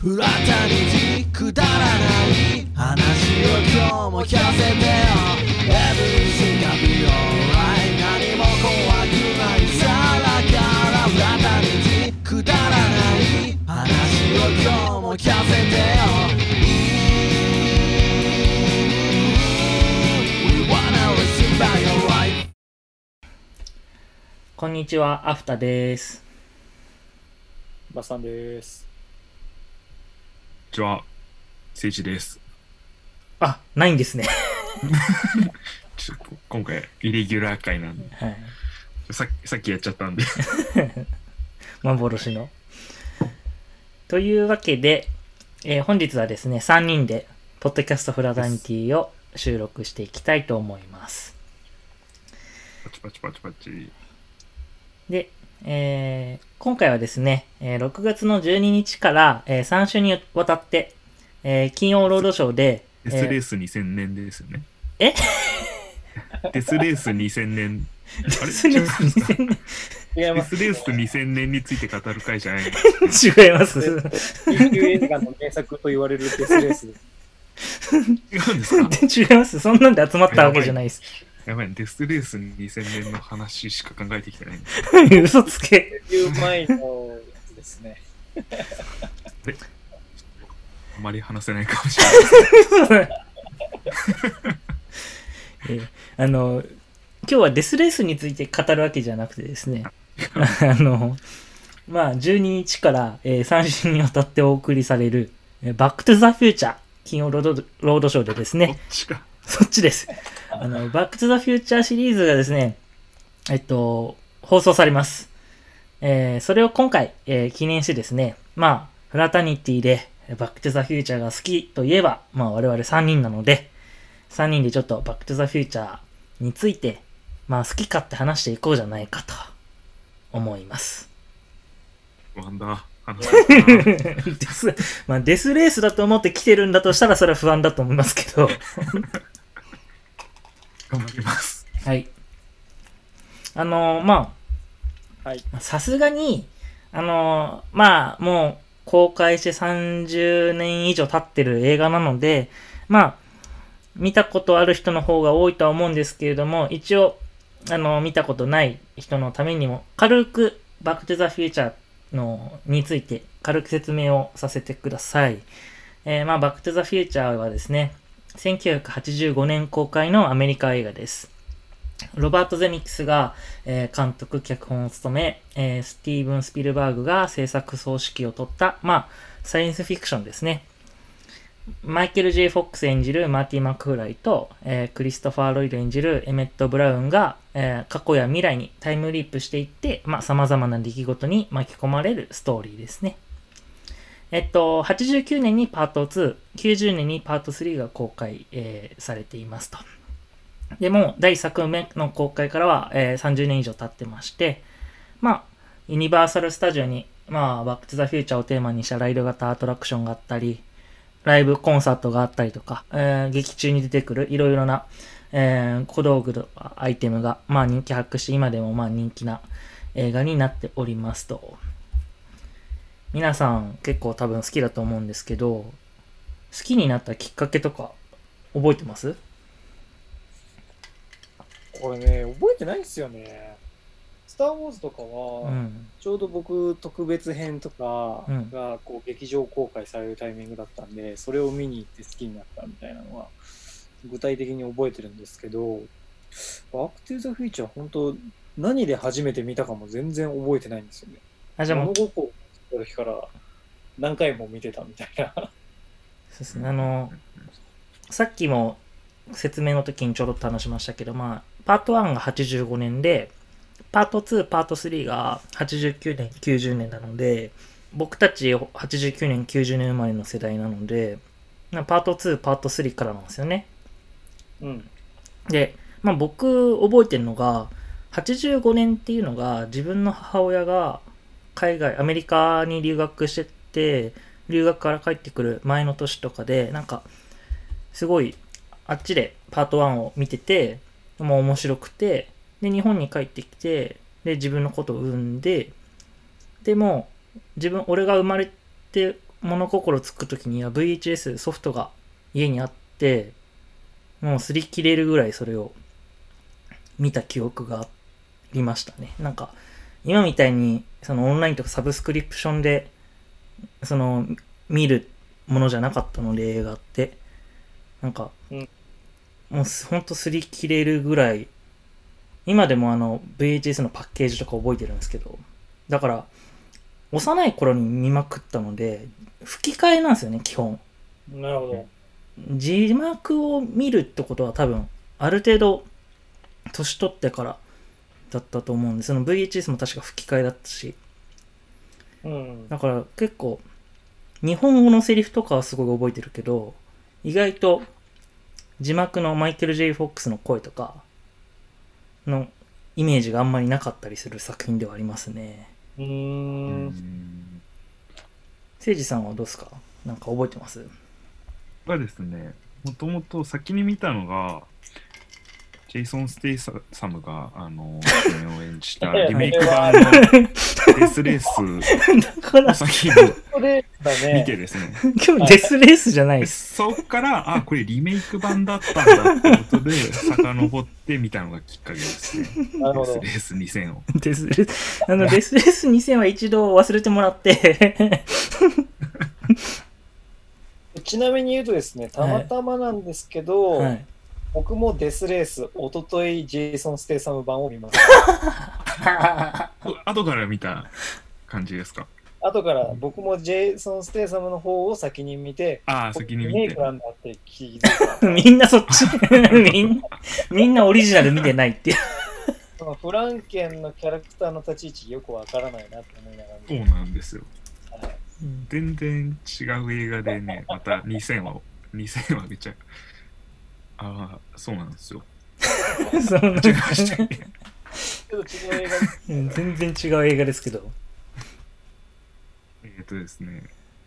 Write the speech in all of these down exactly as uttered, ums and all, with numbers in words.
フラッタニティくだらない話を今日も聞かせてよ Everything can be alright 何も怖くないさだからフラッタニティくだらない話を今日も聞かせてよ We wanna listen by your life こんにちは、アフタです。 バさんです。 こんにちは、せいちです。 あ、ないんですね。 ちょっと今回イレギュラー回なんで、 はい、 さ, さっきやっちゃったんで幻の。というわけで、えー、本日はですね、さんにんでポッドキャストフラダニティを収録していきたいと思います。 パチパチパチパチ。 で、えー、今回はですね、えー、ろくがつのじゅうににちから、えー、さん週にわたって、えー、金曜ロードショーでデスレースにせんねんですよね。 えデスレースにせんねん。 デスレースにせんねんデスレースにせんねんについて語る回じゃないの違います。 B 級映画の名作と言われるデスレースです。 違うんですか？ 違います。そんなんで集まったわけじゃないです。 やばい、デスレースにせんねんの話しか考えてきてないんで嘘つけ。 いう前のやつですね。 あまり話せないかもしれない。 えー、あの今日はデスレースについて語るわけじゃなくてですねあのまあじゅうににちから、えー、さん週にわたってお送りされる、えー、バックトゥザフューチャー金曜ロード、ロードショーでですね、 そっちか。 そっちです。あのバックトゥザフューチャーシリーズがですね、えっと放送されます。えー、それを今回、えー、記念してですね、まあフラタニティでバックトゥザフューチャーが好きといえば、まあ我々さんにんなので、さんにんでちょっとバックトゥザフューチャーについて、まあ好き勝手話していこうじゃないかと思います。 不安だ。話デス、まあ、デスレースだと思って来てるんだとしたらそれは不安だと思いますけど。 頑張ります。 はい。あのー、まあ、はい。 さすがに、あのー、まあ、もう公開してさんじゅうねん以上経ってる映画なので、まあ、見たことある人の方が多いとは思うんですけれども、一応、あのー、見たことない人のためにも、軽くバックトゥザフューチャーのについて軽く説明をさせてください。えー、まあ、バックトゥザフューチャーはですね、せんきゅうひゃくはちじゅうごねん公開のアメリカ映画です。ロバート・ゼミックスが、えー、監督、脚本を務め、えー、スティーブン・スピルバーグが制作総指揮を取った、まあ、サイエンスフィクションですね。マイケル・ジェイ・フォックス演じるマーティ・マクフライと、えー、クリストファー・ロイド演じるエメット・ブラウンが、えー、過去や未来にタイムリープしていって、まあ、様々な出来事に巻き込まれるストーリーですね。えっと、はちじゅうきゅうねんにパートツー、きゅうじゅうねんにパートスリーが公開、えー、されていますと。でも、だいいっさくめの公開からは、えー、さんじゅうねん以上経ってまして、まあ、ユニバーサル・スタジオに、まあ、バック・トゥ・ザ・フューチャーをテーマにしたライド型アトラクションがあったり、ライブコンサートがあったりとか、えー、劇中に出てくるいろいろな、えー、小道具とかアイテムが、まあ人気博して今でもまあ人気な映画になっておりますと。皆さん結構多分好きだと思うんですけど、好きになったきっかけとか覚えてます？ これね、覚えてないんですよね。スター・ウォーズとかは、 うん、 ちょうど僕特別編とかうんがこう劇場公開されるタイミングだったんで、それを見に行って好きになったみたいなのは具体的に覚えてるんですけど、バック・トゥ・ザ・フューチャー本当何で初めて見たかも全然覚えてないんですよね。 あ、じゃあもう、 物心ついた時から何回も見てたみたいな。 そうですね。あの、さっきも説明の時にちょろっと話しましたけど、まあ、パートワンがはちじゅうごねんで、パートツー、パートスリーがはちじゅうきゅうねん、きゅうじゅうねんなので、僕たちはちじゅうきゅうねん、きゅうじゅうねん生まれの世代なので、パートツー、パートスリーからなんですよね。 うん。 で、まあ僕覚えてるのが、はちじゅうごねんっていうのが自分の母親が海外、アメリカに留学してて、留学から帰ってくる前の年とかで、なんか、すごい、あっちでパートワンを見てて、もう面白くて、で、日本に帰ってきて、で、自分のことを産んで、でも、自分、俺が生まれて物心つくときには ブイエイチエス ソフトが家にあって、もう擦り切れるぐらいそれを見た記憶がありましたね。なんか、今みたいにそのオンラインとかサブスクリプションで、その、見るものじゃなかったので、映画って。なんか、 うんもうほんと擦り切れるぐらい、今でもあの ブイエイチエス のパッケージとか覚えてるんですけど、だから、幼い頃に見まくったので、吹き替えなんですよね、基本。 なるほど。 字幕を見るってことは多分、ある程度、年取ってからだったと思うんで、その ブイエイチエス も確か吹き替えだったし、 うん。 だから結構、日本語のセリフとかはすごい覚えてるけど、意外と字幕のマイケル・ J. フォックスの声とかのイメージがあんまりなかったりする作品ではありますね。 うー。 うんんせいじさんはどうですか？なんか覚えてます？ がですね、もともと先に見たのが、ジェイソン・ステイサムがあの主演を演じたリメイク版のデスレースだからを先にこれだ見ね。 てですね、 今日デスレースじゃないでです。 そっから、あ、これリメイク版だったんだってことで、遡って見たのがきっかけですね。 なるほどデスレースにせんを。 デスレース、あの、デスレースにせんは一度忘れてもらって、 ちなみに言うとですね、たまたまなんですけど、 はい。 僕もデスレース、おとといジェイソン・ステイサム版を見ました。 後から見た感じですか？ 後から僕もジェイソン・ステイサムの方を先に見て、 ああ、先に見てリメイク。なんだって気づいた。 みんなそっち、みんな、みんなオリジナル見てないっていう。 そのフランケンのキャラクターの立ち位置よくわからないなって思いながらそう見て、 なんですよ。 はい全然違う映画でね、またにせんは、にせんはめちゃ、ああ、そうなんですよ。 そんな違いましたっけ？ ちょっと違う映画です。 うん全然違う映画ですけど。 えっとですね、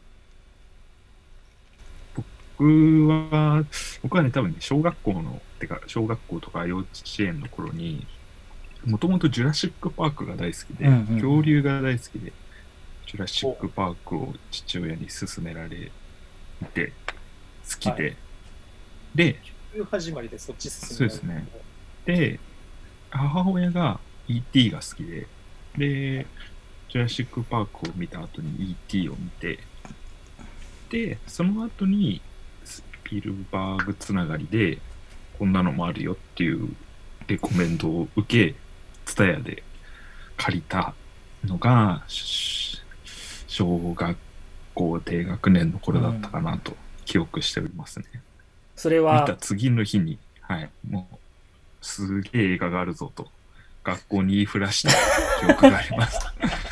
僕は、僕はね、多分ね、小学校の、てか、小学校とか幼稚園の頃に、もともとジュラシック・パークが大好きで、 うんうんうん恐竜が大好きで、ジュラシック・パークを父親に勧められて、好きで、 はで、 始まりでそっち進そうですね。で、母親が イーティー が好きで、で、ジュラシック・パークを見た後に イーティー を見て、で、その後にスピルバーグつながりで、こんなのもあるよっていうレコメンドを受け、ツタヤで借りたのが、し小学校低学年の頃だったかなと記憶しておりますね。見たそれは、 次の日に、はい、もう、すげえ映画があるぞと、学校に言いふらした記憶があります。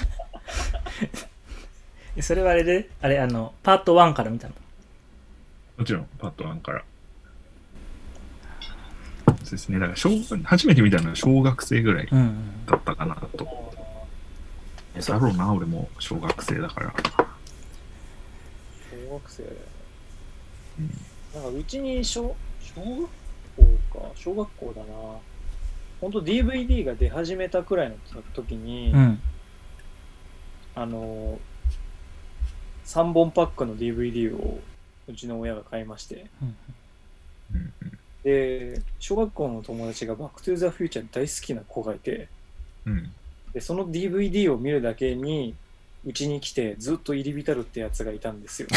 それはあれで、あれ、あの、パートワンから見たの。 もちろん、パートワンから。そうですね、だから小、初めて見たのは小学生ぐらいうんうん。 だったかなと。えだろうな、俺も小学生だから。 小学生。 うんなんかうちに小、小学校か、小学校だな。ほんと ディーブイディー が出始めたくらいの時に、 うん。 あの、さんぼんパックの ディーブイディー をうちの親が買いまして、 うんうんうんで、小学校の友達がバックトゥーザフューチャー大好きな子がいて、 うん、 で、その ディーブイディー を見るだけに、うちに来てずっと入り浸るってやつがいたんですよ。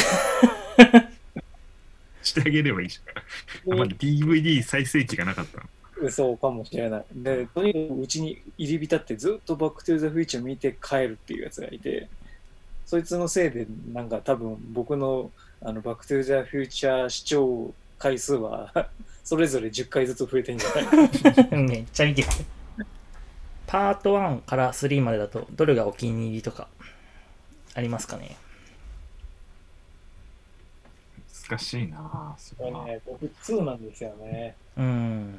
してあげればいいじゃん。まだ ディーブイディー 再生機がなかったの。 そうかもしれない。で、とにかくうちに入り浸ってずっとバックトゥーザフューチャー見て帰るっていうやつがいて、そいつのせいでなんか多分僕のあのバックトゥーザフューチャー視聴回数はそれぞれじゅっかいずつ増えてんじゃないかな。 めっちゃ見てる。パートワンからスリーまでだと、どれがお気に入りとか、ありますかね？ 難しいなぁ、それは。 これね、僕ツーなんですよね。 うん。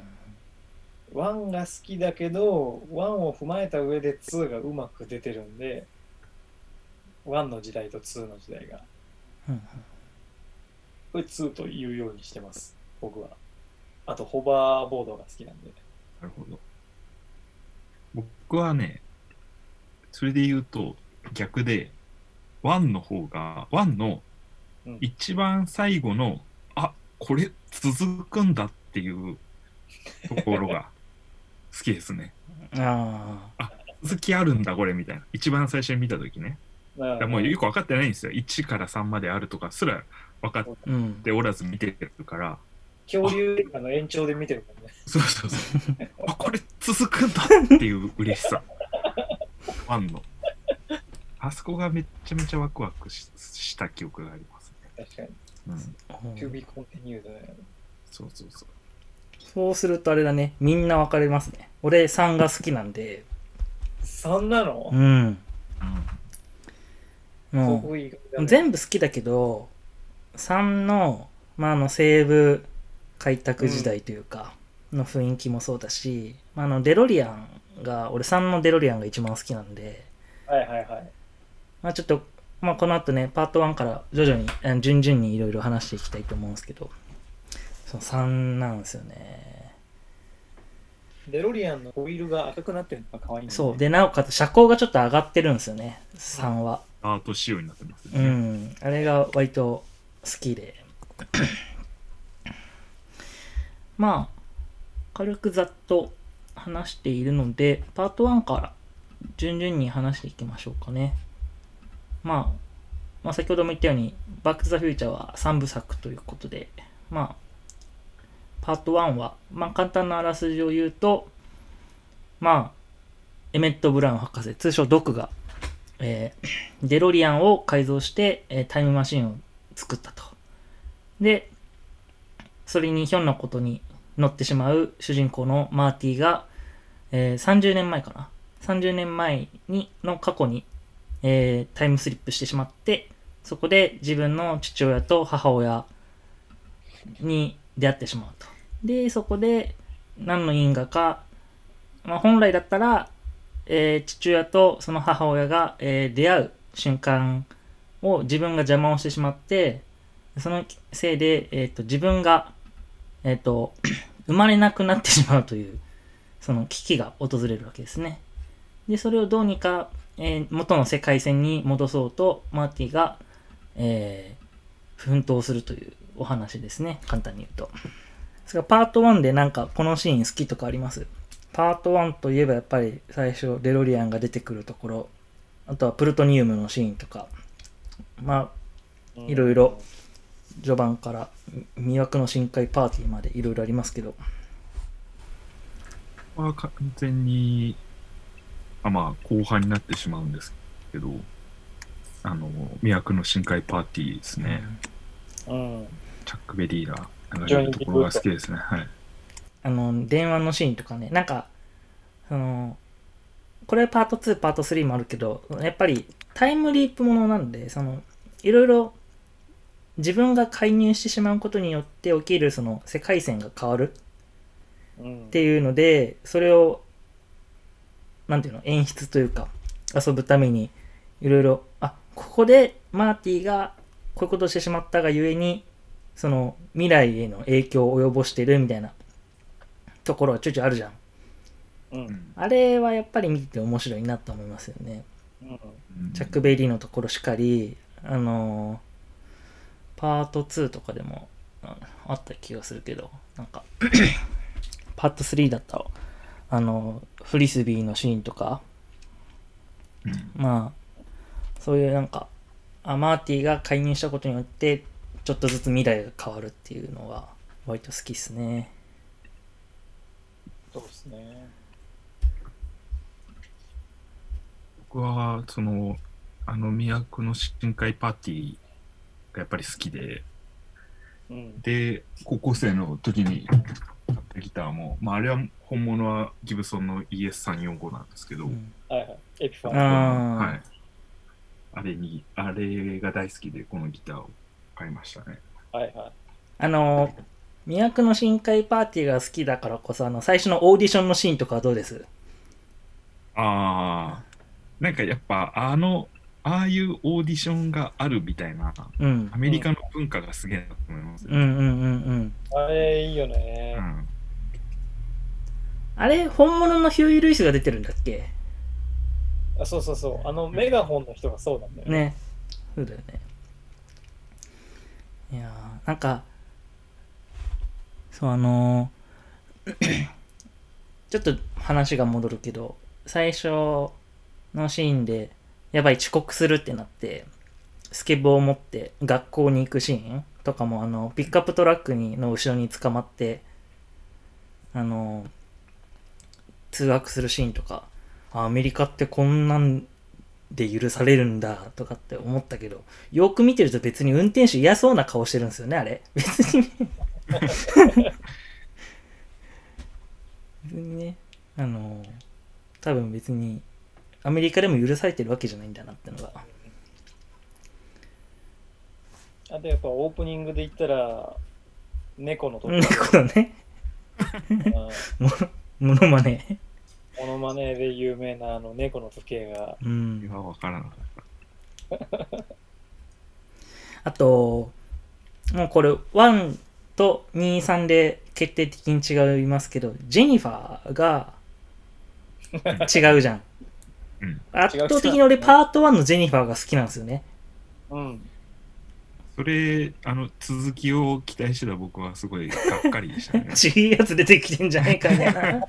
ワンが好きだけど、ワンを踏まえた上でツーがうまく出てるんで、ワンの時代とツーの時代が。 うんこれツーと言うようにしてます、僕は。あと、ホバーボードが好きなんで。 なるほど。僕はね、それで言うと逆で、ワンの方が、ワンのうん一番最後の、あ、これ続くんだっていうところが好きですね。 ああ、続きあるんだこれみたいな。一番最初に見たときね。 まあだからもうよく分かってないんですよ。いちからさんまであるとかすら分かっあ、うん。 ておらず見てるから。 恐竜映画の延長で見てるもんね。 そうそうそう。あ、これ続くんだっていう嬉しさ。ファンの。あそこがめっちゃめちゃワクワク し, した記憶がありますね。 確かに。 うん。 To be continued だね。 そうそうそう。 そうするとあれだね。みんな分かれますね。俺さんが好きなんで。 さんなの、 うん。もそういうう全部好きだけど、さんの、まあ、あの西部開拓時代というか、の雰囲気もそうだし、まあ、あのデロリアンが、俺さんのデロリアンが一番好きなんで、 はいはいはい。 まあちょっと、まあこの後ね、パートワンから徐々に、あの順々にいろいろ話していきたいと思うんですけど、そのさんなんですよね。 デロリアンのホイールが赤くなってるのが可愛いんだよね。 そう。で、なおかつ車高がちょっと上がってるんですよね、さんは。 アート仕様になってますうね。 ん。あれが割と好きで。まあ、軽くざっと話しているので、パートワンから順々に話していきましょうかね。まあ、まあ、先ほども言ったように、バック・ザ・フューチャーはさんぶさくということで、まあ、パートワンは、まあ、簡単なあらすじを言うと、まあ、エメット・ブラウン博士、通称ドクが、えーデロリアンを改造して、えータイムマシンを作ったと。で、それにひょんなことに乗ってしまう主人公のマーティが、えーさんじゅうねんまえかな。さんじゅうねんまえにの過去に、えータイムスリップしてしまって、そこで自分の父親と母親に出会ってしまうと。で、そこで何の因果か、まあ、本来だったら、えー父親とその母親が、えー出会う瞬間を自分が邪魔をしてしまって、そのせいで、えー、と自分が、えー、と生まれなくなってしまうという、その危機が訪れるわけですね。で、それをどうにか、えー元の世界線に戻そうと、マーティが、えー奮闘するというお話ですね。簡単に言うと。ですが、パートワンでなんかこのシーン好きとかあります？パートワンといえばやっぱり最初デロリアンが出てくるところ、あとはプルトニウムのシーンとか、まあ、いろいろ序盤から魅惑の深海パーティーまでいろいろありますけど。 ここは完全に、あ、まあ、後半になってしまうんですけど、あの、魅惑の深海パーティーですね。 うん。 チャック・ベリーが流れるところが好きですね。はい。 あの、電話のシーンとかね、なんか、その、これパートツー、パートスリーもあるけど、やっぱりタイムリープものなんで、その、いろいろ自分が介入してしまうことによって起きるその世界線が変わるうんっていうので、それを、なんていうの、演出というか、遊ぶために、いろいろ、あ、ここでマーティがこういうことをしてしまったがゆえに、その未来への影響を及ぼしてるみたいなところはちょいちょいあるじゃん。 うんあれはやっぱり見てて面白いなと思いますよね。 うんチャック・ベイリーのところしかり、あのーパートツーとかでもああった気がするけど、なんか、パートスリーだったわ。あの、フリスビーのシーンとか、 うんまあ、そういうなんか、あマーティが介入したことによって、ちょっとずつ未来が変わるっていうのは、割と好きですね。 そうですね。 僕は、その、あの、魅惑の深海パーティーがやっぱり好きで、 うん。 で、高校生の時に買ったギターも、まあ、あれは本物はギブソンの イーエスさんよんご なんですけど、 うんはいはい。エピファン。 あーはい。あれに、あれが大好きで、このギターを買いましたね。 はいはい。 あの、魅惑の深海パーティーが好きだからこそ、あの、最初のオーディションのシーンとかはどうです？ ああ、なんかやっぱ、あの、ああいうオーディションがあるみたいな、 うんア。メリカの文化がすげえなと思いますね。 うんうんうんうん。 あれいいよね。 うんあれ、本物のヒューイ・ルイスが出てるんだっけ？ あ、そうそうそう。あのメガホンの人がそうなんだよね。 ね。そうだよね。 いやーなんかそうあのーちょっと話が戻るけど最初のシーンでやばい遅刻するってなってスケボーを持って学校に行くシーンとかもあのピックアップトラックにの後ろに捕まってあの通学するシーンとかアメリカってこんなんで許されるんだとかって思ったけどよく見てると別に運転手嫌そうな顔してるんですよねあれ別に別にねあの多分別にアメリカでも許されてるわけじゃないんだなってのがあとやっぱオープニングで言ったら猫のところ猫のねモノマネモノマネで有名なあの猫の時計がうん今わからなかったあともうこれワンとに、さんで決定的に違いますけどジェニファーが違うじゃん、 うん、 圧倒的に俺パートワンのジェニファーが好きなんですよねうんそれあの続きを期待してた僕はすごいがっかりでしたね違うやつ出てきてんじゃないかみたいな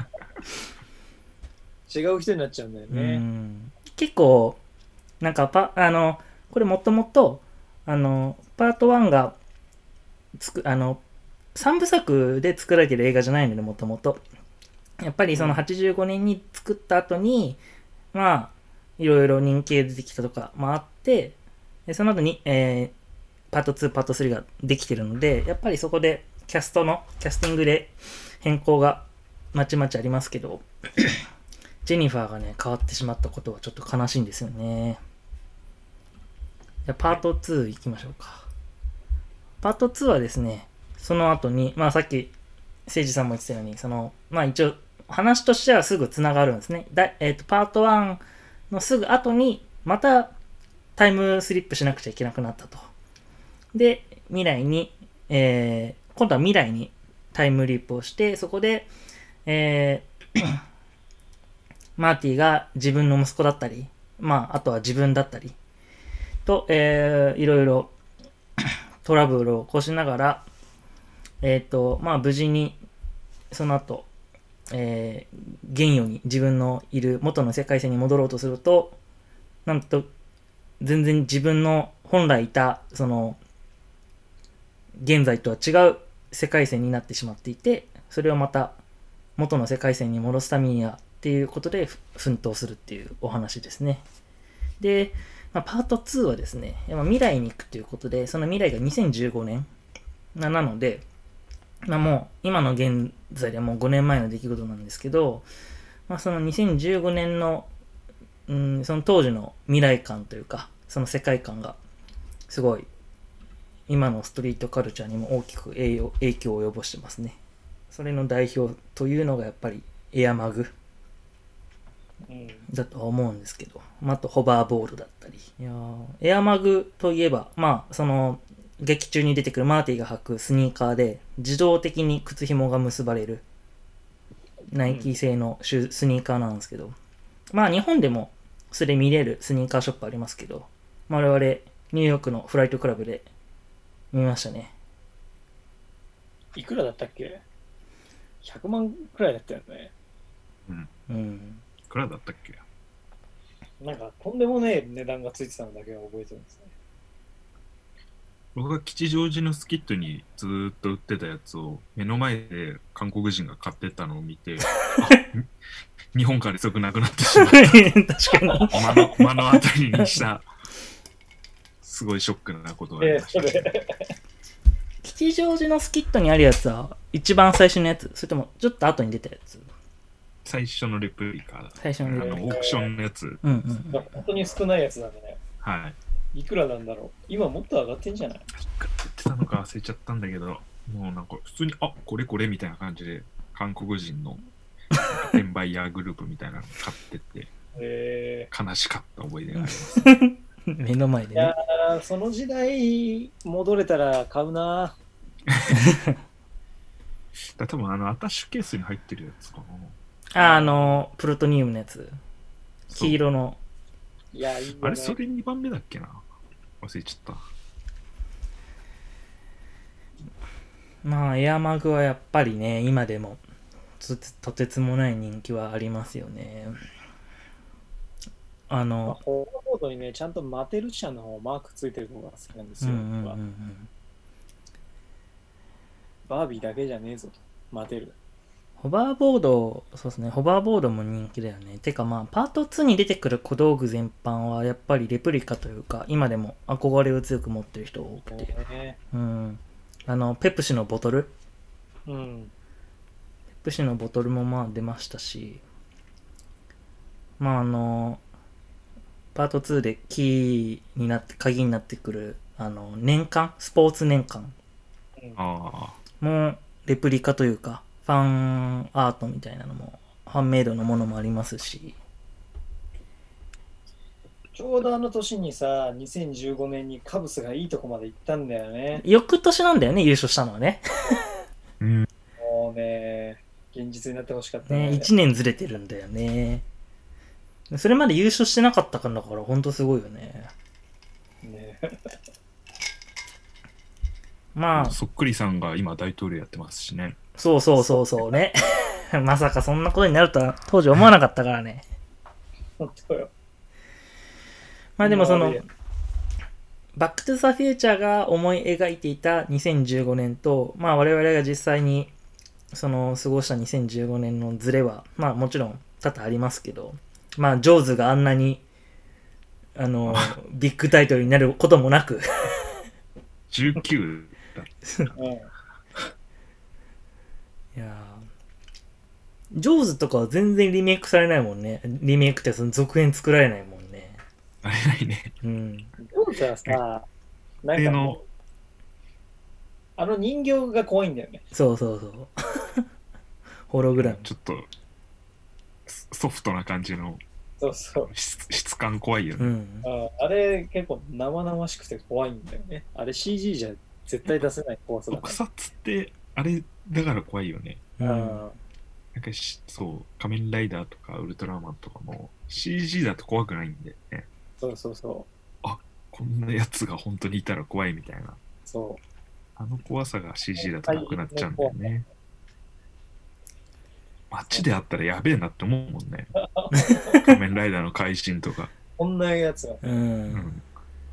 違う人になっちゃうんだよね。 うん結構なんかパあのこれもともとあのパートワンがつくあのさんぶさくで作られてる映画じゃないのでもともとやっぱりそのはちじゅうごねんに作った後に、うん、まあいろいろ人気が出てきたとかもあってでその後に、えー、パートツーパートスリーができてるのでやっぱりそこでキャストのキャスティングで変更がまちまちありますけどジェニファーがね変わってしまったことはちょっと悲しいんですよね。じゃパートツーいきましょうか。パートツーはですねその後にまあさっき誠司さんも言ってたようにそのまあ一応話としてはすぐつながるんですね。だ、えーと、パートワンのすぐ後にまたタイムスリップしなくちゃいけなくなったと。で未来に、えー、今度は未来にタイムリープをしてそこで、えー、マーティが自分の息子だったりまああとは自分だったりと、えー、いろいろトラブルを起こしながらえっとまあ無事にその後、えー、現世に自分のいる元の世界線に戻ろうとするとなんと全然自分の本来いたその現在とは違う世界線になってしまっていてそれをまた元の世界線に戻すためにはっていうことで奮闘するっていうお話ですね。で、まあ、パートツーはですね未来に行くということでその未来がにせんじゅうごねんなので、まあ、もう今の現在ではもうごねんまえの出来事なんですけど、まあ、そのにせんじゅうごねんの、うん、その当時の未来観というかその世界観がすごい今のストリートカルチャーにも大きく影響影響を及ぼしてますね。それの代表というのがやっぱりエアマグだとは思うんですけど、あとホバーボールだったりいやエアマグといえばまあその劇中に出てくるマーティが履くスニーカーで自動的に靴紐が結ばれるナイキ製のシュスニーカーなんですけど、まあ日本でもそれ見れるスニーカーショップありますけど我々ニューヨークのフライトクラブで見ましたね。 いくらだったっけ？ひゃくまんくらいだったよね。 うん。 うん。 いくらだったっけ？ なんかとんでもねえ値段がついてたのだけは覚えてるんですね。 僕が吉祥寺のスキットにずーっと売ってたやつを目の前で韓国人が買ってったのを見て日本から即なくなってしまった確かに目の、目の当たりにしたすごいショックなことがありました、ね。 えー、 吉祥寺のスキットにあるやつは一番最初のやつそれともちょっと後に出たやつ？ 最初のレプリカだ。 最初のレプリカ。 あのオークションのやつ。 うんうん。 本当に少ないやつなんでね。 はい。 いくらなんだろう。今もっと上がってんじゃない？ いくら言ってたのか忘れちゃったんだけど、もうなんか普通にあこれこれみたいな感じで韓国人の転売ヤーグループみたいなの買ってって、 えー、 悲しかった覚えがあります。 目の前でね。 いやーその時代戻れたら買うな。 だ多分あのアタッシュケースに入ってるやつかな。 あ、あのプルトニウムのやつ。黄色の。 いやいいよね。 あれそれにばんめだっけな。忘れちゃった。 まあエアマグはやっぱりね今でもとてとてつもない人気はありますよね。あまあ、 のホーバーボードにね、ちゃんとマテル社のマークついてるのが好きなんですよ。 うんうんうんう僕はんバービーだけじゃねえぞと。マテル。 ホバーボード、そうですね、ホバーボードも人気だよね。てかまあ、パートツーに出てくる小道具全般はやっぱりレプリカというか、今でも憧れを強く持ってる人が多くて。 ね、 うん。あの、ペプシのボトル。 うん。 ペプシのボトルもまあ出ましたし、まああの、パートツーでキーになって、鍵になってくる、あの、年間、スポーツ年間あもレプリカというか、ファンアートみたいなのも、ファンメイドのものもありますし、 ちょうどあの年にさ、にせんじゅうごねんにカブスがいいとこまで行ったんだよね。 翌年なんだよね、優勝したのはね。 あ。うん。 もうね、現実になってほしかったね。 ね、いちねんずれてるんだよね。それまで優勝してなかったからだから、ほんとすごいよね。 ねまあ、 そっくりさんが今大統領やってますしね。 そうそうそうそうね。まさかそんなことになるとは当時思わなかったからね。 本当よ。 まあでもそのまあ、 バックトゥザフューチャーが思い描いていたにせんじゅうごねんと、まあ我々が実際にその過ごしたにせんじゅうごねんのズレは、まあもちろん多々ありますけど、まあジョーズがあんなに、あの、ビッグタイトルになることもなく、 じゅうきゅうだっうん、 いやージョーズとかは全然リメイクされないもんね。リメイクってその続編作られないもんね。 た。あれないね。 うん。 ジョーズはさ、なんか例のあの人形が怖いんだよね。 そうそうそう。ホログラム。 ちょっとソフトな感じのそうそう。 質質感怖いよね。 うん。 ああれ結構生々しくて怖いんだよね。あれ シージー じゃ絶対出せない怖さだか特撮ってあれだから怖いよね。 うら。 ん。 なんかしそう仮面ライダーとかウルトラマンとかも シージー だと怖くないんだよね。 そうそうそこんなやつが本当にいたら怖いみたいな。 う。そあの怖さが シージー だとなくなっちゃうんだよね。街であったらやべえなって思うもんね。仮面ライダーの怪人とか。 う。こんなやつが。 う。 うんん。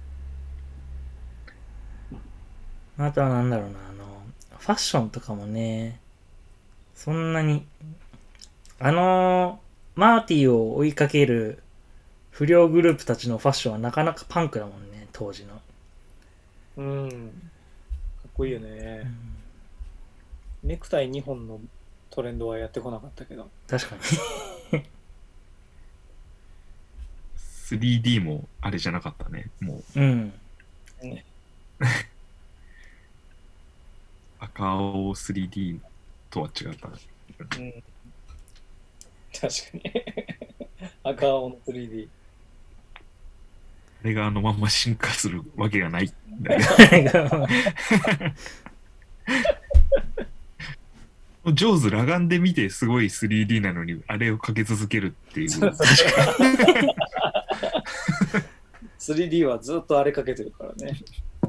あとはなんだろうな、あの、ファッションとかもね、そんなに、あの、マーティを追いかける不良グループたちのファッションはなかなかパンクだもんね、当時の。 うん。かっこいいよね。ネクタイにほんのトレンドはやってこなかったけど。 確かに。 スリーディー もあれじゃなかったね。もううん。 ね、 赤青 スリーディー とは違った。 うん。確かに。赤青の スリーディー。 あれがあのまんま進化するわけがないんだけど。ジョーズ裸眼で見てすごい スリーディー なのにあれをかけ続けるっていう。 そうそうスリーディー はずっとあれかけてるからね。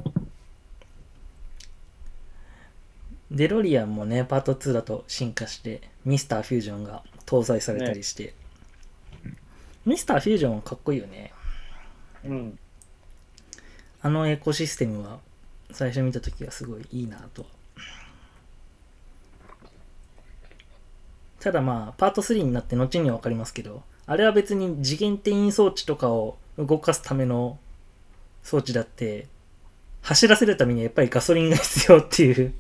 デロリアンもね、パートツーだと進化して、ミスターフュージョンが搭載されたりして、 ね、 ミスターフュージョンはかっこいいよね。 うん。 あのエコシステムは最初見たときはすごいいいなと。ただまあ、パートスリーになって後には分かりますけど、あれは別に次元転移装置とかを動かすための装置だって、走らせるためにはやっぱりガソリンが必要っていう。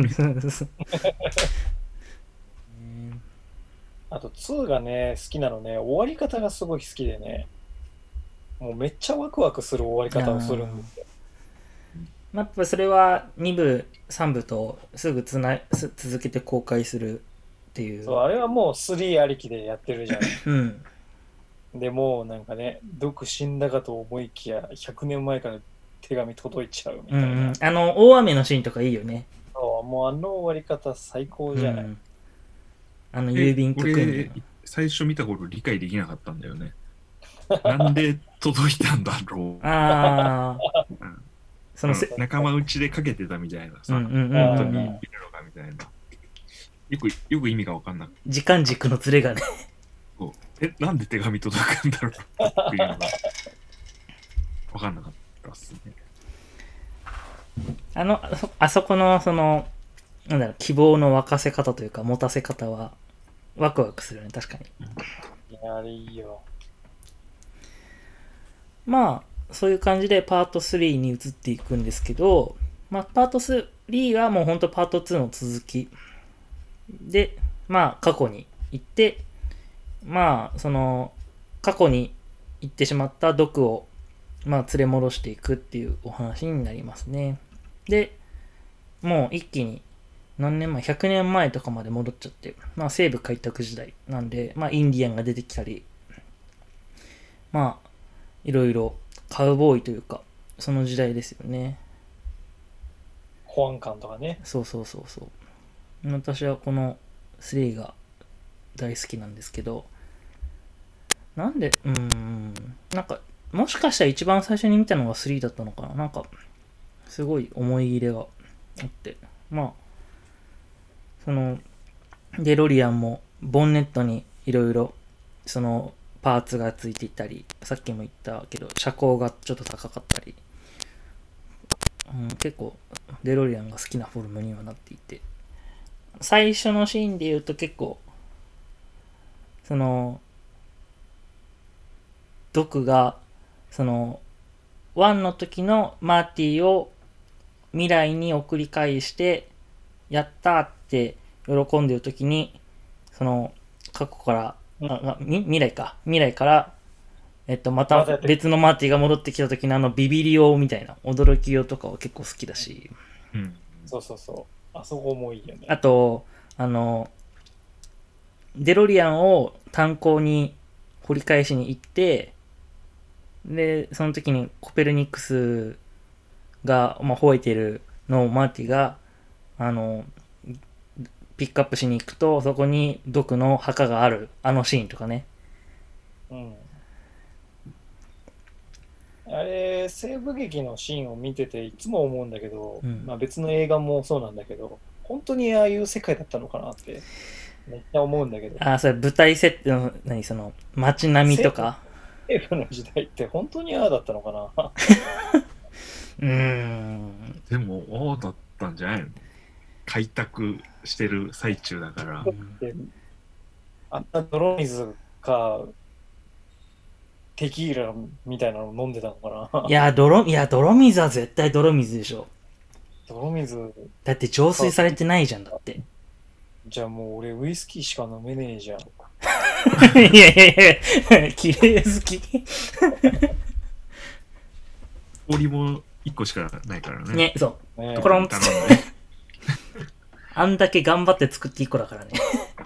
あとツーがね、好きなのね、終わり方がすごい好きでね、もうめっちゃワクワクする終わり方をするんですよ。 まあ、やっぱそれはに部、さん部とすぐつなす続けて公開するっていう。 そう、あれはもうスリーありきでやってるじゃん。 うん。 でもうなんかね、ドク死んだかと思いきや、ひゃくねんまえから手紙届いちゃうみたいな。 うんうん、あの、大雨のシーンとかいいよね。 そうもうあの終わり方最高じゃない。 うん、あの郵便局に。 俺最初見た頃理解できなかったんだよね。なんで届いたんだろう。 ああ、 うんそのせ、 仲間内でかけてたみたいなさ、 うんうんうん本当にいるうんうん。 のかみたいな。よく、よく意味が分かんなくて、 時間軸のズレがね。 こうえ、なんで手紙届くんだろうっていうのが分かんなかったっすね。 あの、あそあそこの、その、なんだろう、希望の沸かせ方というか、持たせ方は、ワクワクするよね、確かに。 いや、あれいいよ。 まあ、そういう感じでパートスリーに移っていくんですけど、まあ、パートスリーはもうほんとパートツーの続き。で、まあ、過去に行って、まあ、その、過去に行ってしまったドクを、まあ、連れ戻していくっていうお話になりますね。で、もう一気に、何年前 ?ひゃく 年前とかまで戻っちゃって、まあ、西部開拓時代なんで、まあ、インディアンが出てきたり、まあ、いろいろカウボーイというか、その時代ですよね。 保安官とかね。 そうそうそうそう。私はこのスリーが大好きなんですけど、なんで、うーん、なんか、もしかしたら一番最初に見たのがスリーだったのかな。なんか、すごい思い入れがあって、まあ、その、デロリアンもボンネットにいろいろ、その、パーツがついていたり、さっきも言ったけど、車高がちょっと高かったり、うん、結構、デロリアンが好きなフォルムにはなっていて、最初のシーンで言うと結構、その、ドクが、その、ワンの時のマーティを未来に送り返して、やったーって喜んでる時に、その、過去から、あみ未来か。未来から、えっと、また別のマーティが戻ってきた時のあのビビリオみたいな驚きよとかは結構好きだし。 うん。 そうそうそう。あそこもいいよね。 あと、あの、デロリアンを炭鉱に掘り返しに行って、で、その時にコペルニクスが、まあ、吠えてるのをマーティが、あの、ピックアップしに行くと、そこにドクの墓がある、あのシーンとかね。 うん。あれ、西部劇のシーンを見てていつも思うんだけど、 うんまあ別の映画もそうなんだけど、本当にああいう世界だったのかなってめっちゃ思うんだけど、 あ、それ舞台設定の、何、その、街並みとか。 西部の時代って本当にああだったのかな。 うーん。 でも、ああだったんじゃないの？開拓してる最中だから。 であんな泥水かテキーラみたいなの飲んでたのかな。 いや、泥、いや、泥水は絶対泥水でしょ。 泥水、 だって浄水されてないじゃん、だって。 じゃあもう俺ウイスキーしか飲めねえじゃん。 いやいやいや、綺麗好き。 氷もいっこしかないからね。 ね、そう。 ねえところんつ頼んで。 あんだけ頑張って作っていい子だからね。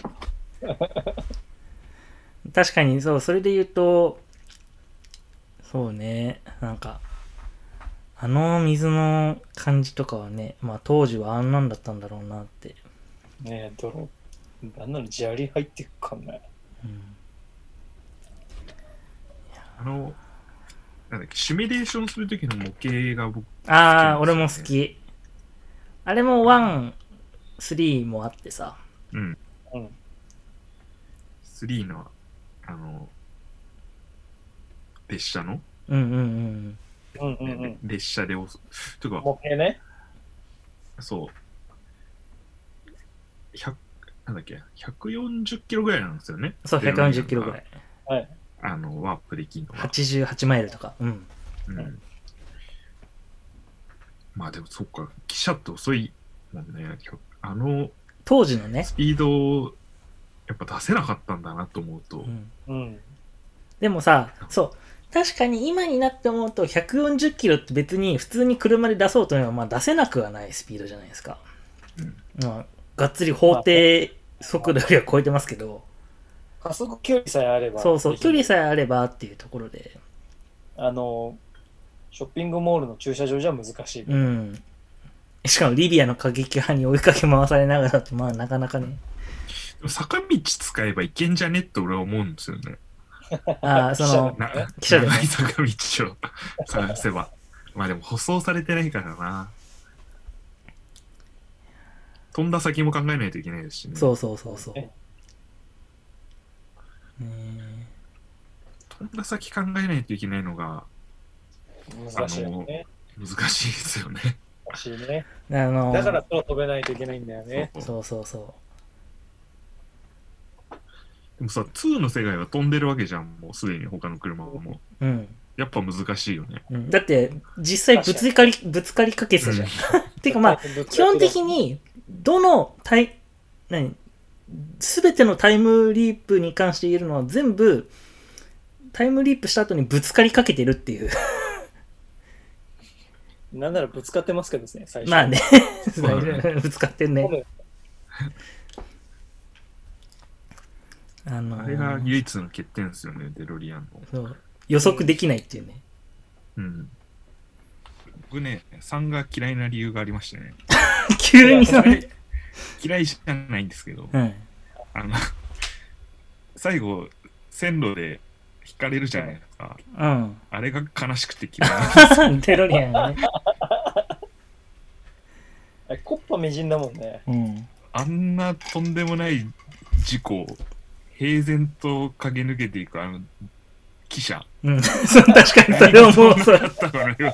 確かに、そう、それで言うと、そうね、なんか、あの水の感じとかはね、まあ当時はあんなんだったんだろうなって。 ねえ、泥、あんなの砂利入ってくかんない。 うん、 あの、なんだっけ、シミュレーションするときの模型が僕、 ああ、俺好きなんですよねも好き。あれもワン、スリーもあってさ。 うん。 うん。 スリーの、あの、列車の、 うんうんうん。 うんうんうん。 列車で押す。とか、 模型ね。 そう。ひゃく、なんだっけ、ひゃくよんじゅっキロぐらいなんですよね。 そう、ひゃくよんじゅっキロぐらい。 はい。 あの、ワープできるのが。 はちじゅうはちマイルとか。うん。 うん。まあでもそっか、汽車って遅いもんね。あの当時のね。 スピードをやっぱ出せなかったんだなと思うと。 うん、 うん。 でもさ、そう。確かに今になって思うとひゃくよんじゅっキロって別に普通に車で出そうというのはまあ出せなくはないスピードじゃないですか。 うん。 まあ、がっつり法定速度よりは超えてますけど。 加速距離さえあれば。 そうそう、距離さえあればっていうところで。 あの、ショッピングモールの駐車場じゃ難しい。 うん。しかもリビアの過激派に追いかけ回されながらって、まあなかなかね。 坂道使えばいけんじゃねって俺は思うんですよね。 ああ、その、 な汽車でね長い坂道を探せば。 まあでも舗装されてないからな。飛んだ先も考えないといけないですしね。 そうそうそうそう。 えね飛んだ先考えないといけないのが難しいよね。 難しいですよね。 難しいね。 えあのー、 だから空飛べないといけないんだよね。 そうそうそでもさ、にの世界は飛んでるわけじゃん、もうすでに他の車も。 う。うん。 やっぱ難しいよね。 うん、だって、実際ぶつかり、ぶつかりかけてたじゃん。ていうかまあ、基本的に、どのタイ、何すべてのタイムリープに関して言えるのは全部、タイムリープした後にぶつかりかけてるっていう。 なんならぶつかってますけどね、最初。 まあね。 そうだねぶつかってんね。あのー、 あれが唯一の欠点ですよね、デロリアンの。 そう予測できないっていうね。 うん。僕ね、さんが嫌いな理由がありましてね。 急にそれ。 嫌い嫌いじゃないんですけど、 うん。 あの、最後、線路で引かれるじゃないですか。 うん。 あれが悲しくて嫌いなんです。 デロリアンがね。 あれコッパみじんだもんね。 うん。 あんなとんでもない事故を平然と駆け抜けていくあの汽車。 うん。そう確かにそれをもう、それだったかのように。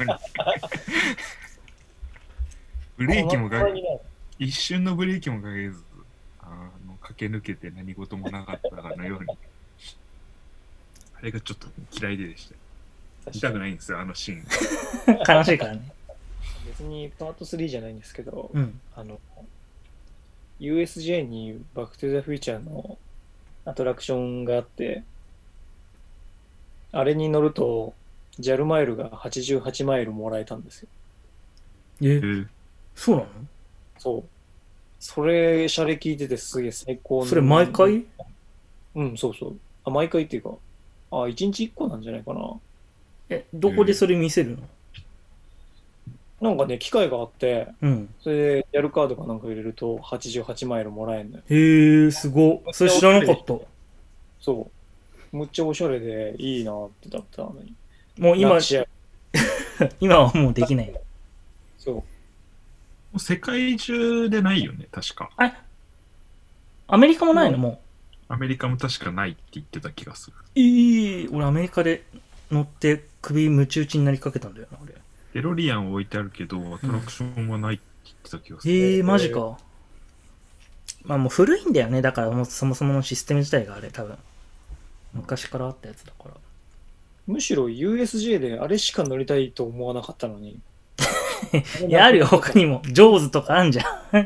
ブレーキもかけ、一瞬のブレーキもかけず、あの駆け抜けて何事もなかったかのように。あれがちょっと嫌いででした。見たくないんですよ、あのシーン。 悲しいからね。 別にパートスリーじゃないんですけど、 うん。 あの、ユーエスジェー にバックトゥザフューチャーのアトラクションがあって、あれに乗ると ジャル マイルがはちじゅうはちマイルもらえたんですよ。 ええ、ーそうなのそう。それ、シャレ聞いててすげえ最高の。 それ毎回うん、そうそう。あ、毎回っていうか、あ、いちにちいっこなんじゃないかな。 え、どこでそれ見せるのなんかね、機械があって、 うん。 それでやるカードかなんか入れるとはちじゅうはちマイルもらえるのよ。 へえ、すご。それ知らなかった。 そう。むっちゃおしゃれでいいなってだったのに。 もう今なく、しや今はもうできない。 そう。 もう世界中でないよね、確か。 あアメリカもないのもアメリカも確かないって言ってた気がする。 う。いい、俺アメリカで乗って首ムチ打ちになりかけたんだよな、俺。 デロリアン置いてあるけど、アトラクションはないって言ってた気がする。 ええー、マジか。まあもう古いんだよね。だからもうそもそものシステム自体があれ、多分。昔からあったやつだから。 むしろ ユーエスジェー であれしか乗りたいと思わなかったのに。 いや、あるよ、他にも。ジョーズとかあんじゃん。 バ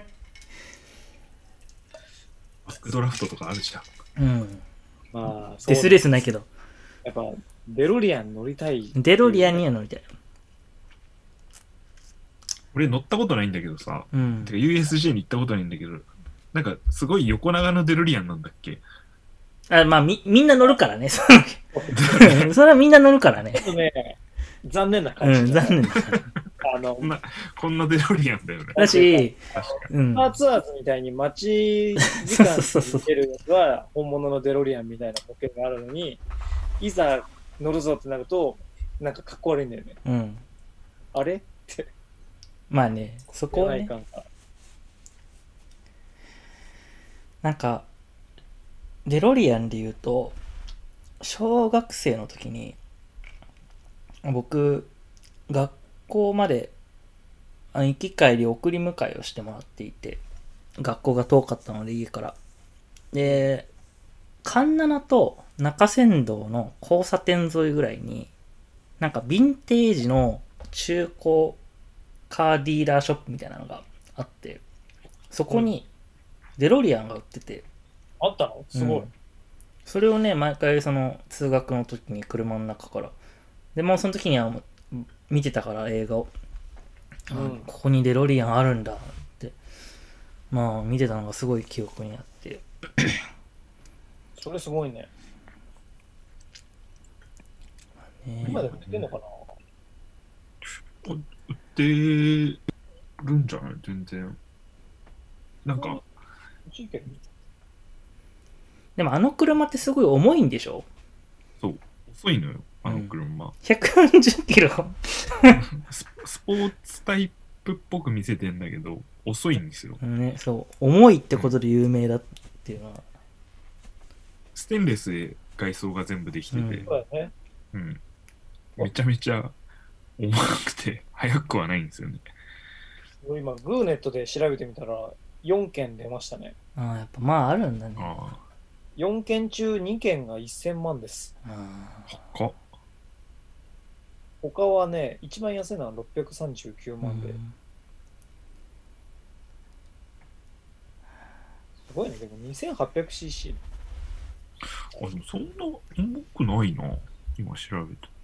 ックドラフトとかあるじゃん。 うん。 まあ、そうデスレースないけど。 やっぱ、デロリアン乗りたい。 デロリアンには乗りたい。 俺乗ったことないんだけどさ、 うんて。か ユーエスジェー に行ったことないんだけど、なんかすごい横長のデロリアンなんだっけ？ あ、まあ、み、みんな乗るからね。そのそれはみんな乗るからねちょ。っとね、残念なうん、 感じだ。 残念だ。 あのこん、な、こんなデロリアンだよね。 だし、 確かうん。 パーツアーズみたいに待ち時間そうそうそうに出るやつは本物のデロリアンみたいなボケがあるのに、いざ乗るぞってなると、なんかかっこ悪いんだよね。 うん。 あれって。 まあね、そこはね、 ない感が。 なんか、デロリアンで言うと、小学生の時に、僕、学校まで、あ行き帰り送り迎えをしてもらっていて、学校が遠かったので家から。で、環七と中山道の交差点沿いぐらいに、なんかヴィンテージの中古カーディーラーショップみたいなのがあって、そこにデロリアンが売ってて、 あったのすごい。 うんそれをね、毎回その通学の時に車の中から、でもうその時にはもう見てたから映画を、あうんここにデロリアンあるんだって、まあ見てたのがすごい記憶にあって、 それすごいね。 ね今でも売ってんのかな売ってるんじゃない全然。なんか、 欲しいけどでもあの車ってすごい重いんでしょ？ そう、遅いのよ。 あの車。 ひゃくよんじゅっキロススポーツタイプっぽく見せてんだけど、遅いんですよ。 ね、そう。重いってことで有名だっていうのは。 ステンレスで外装が全部できてて、 うんそうだね。 うん、めちゃめちゃ重くて速くはないんですよね。 今、グーネットで調べてみたら、よんけん出ましたね。 ああ、やっぱまああるんだね。 あよんけん中にけんがせんまんです。 ああ、高っ。 他はね、一番安いのはろっぴゃくさんじゅうきゅうまんで。 うんすごいね、でも にせんはっぴゃくシーシー。 あ、でもそんな重くないな。今調べた。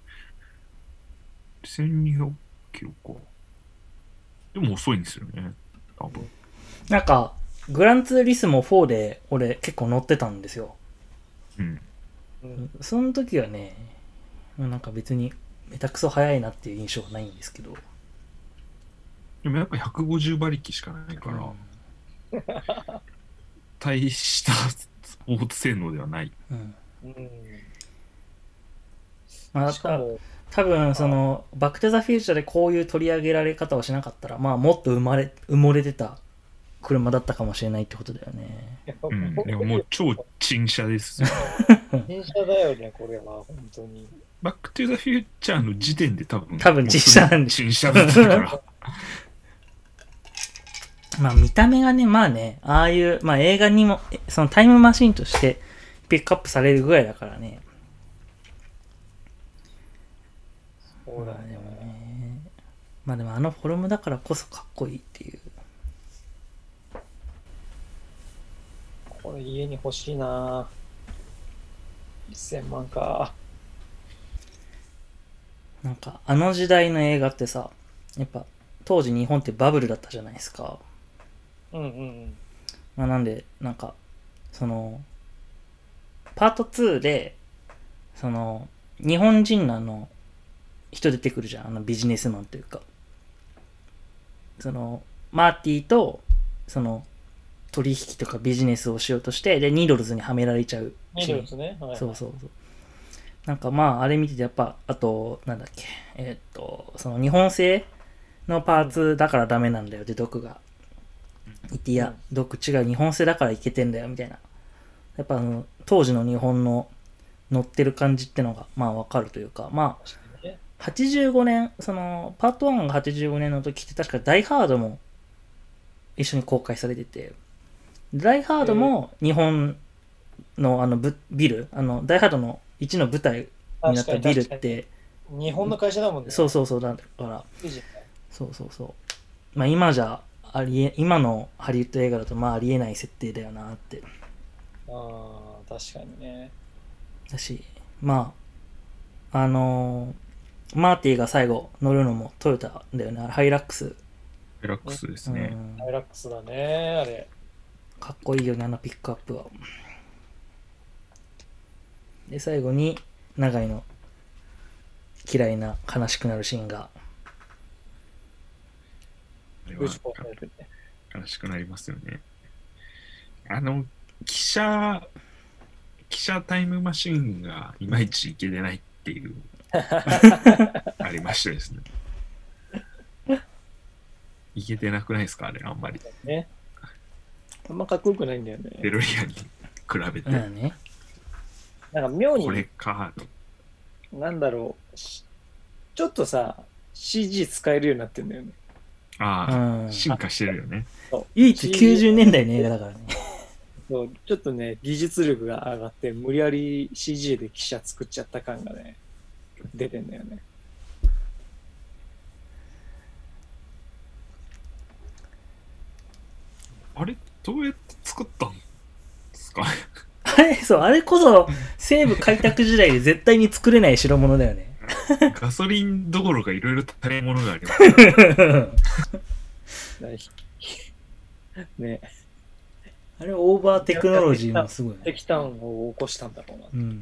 せんにひゃくキロか。でも遅いんですよね。多分。 なんか、グランツーリスモフォーで俺結構乗ってたんですよ。 うん。 うん、 その時はね、なんか別にめたくそ速いなっていう印象はないんですけど。 でもやっぱひゃくごじゅう馬力しかないから、 うん大したスポーツ性能ではない。 うんうん、 まあ、 しかも、 多分そのバック・トゥ・ザ・フューチャーでこういう取り上げられ方をしなかったら、まあもっと生まれ埋もれてた車だったかもしれないってことだよね。 やっぱうん。でももう超陳車ですよ。 電車だよね、これは、本当に。 バックトゥザフューチャーの時点で多分、 多分実車なんで陳車だったから。 まあ見た目がね、まあね、ああいう、まあ映画にも、えそのタイムマシンとしてピックアップされるぐらいだからね。 そうだまあでもね。 ね。まあでもあのフォルムだからこそかっこいいっていう。 これ家に欲しいな。せんまんか。 なんかあの時代の映画ってさ、やっぱ当時日本ってバブルだったじゃないですか。 うんうんうん。 まあなんで、なんか、その、パートツーで、その、日本人のあの、人出てくるじゃん。あのビジネスマンというか。その、マーティと、その、取引とかビジネスをしようとして、で、ニードルズにはめられちゃうニシーン。 ードルズね。はいはい、 そうそうそう。なんかまあ、あれ見ててやっぱ、あと、なんだっけ、えーっと、その日本製のパーツだからダメなんだよって毒がいて、いや、毒違う、日本製だからいけてんだよみたいな。やっぱあの、当時の日本の乗ってる感じってのが、まあわかるというか、まあ、はちじゅうごねん、その、パートワンがはちじゅうごねんの時って確かダイハードも一緒に公開されてて、ダイハードも日本のあのブビル、あの、ダイハードのいちの舞台になったビルって、 日本の会社だもんね。 そうそうそう、だから、 いいじゃない。 そうそうそう。まあ今じゃありえ、今のハリウッド映画だとまあありえない設定だよなって。 ああ、確かにね。 だし、まあ、あのーマーティが最後乗るのもトヨタだよね。あれハイラックス。 デラックスですうね。 んハイラックスだね、あれ。 かっこいいよね、あのピックアップは。で、最後に、長井の嫌いな悲しくなるシーンが。 あれはブチコされてね。 悲しくなりますよね。あの、記者、記者タイムマシンがいまいちいけてないっていう、ありましてですね。いけてなくないですかあれ、あんまり。 ね。あんまかっこよくないんだよね。 デロリアンに比べて、 うんね。 なんか妙にこ、れかと。 なんだろう、しちょっとさ、シージー 使えるようになってんだよね。 ああ、 うん。 進化してるよね。 そう唯一きゅうじゅうねんだいの映画だからね。 そうちょっとね、技術力が上がって、無理やり シージー で記者作っちゃった感がね、出てんだよね。 あれ、どうやって作ったんですかあれ、そう、あれこそ西部開拓時代で絶対に作れない代物だよね。 ガソリンどころかいろいろ足り物があります。 ね、 あれオーバーテクノロジーもすごいね。 石炭を起こしたんだろうな。 うん。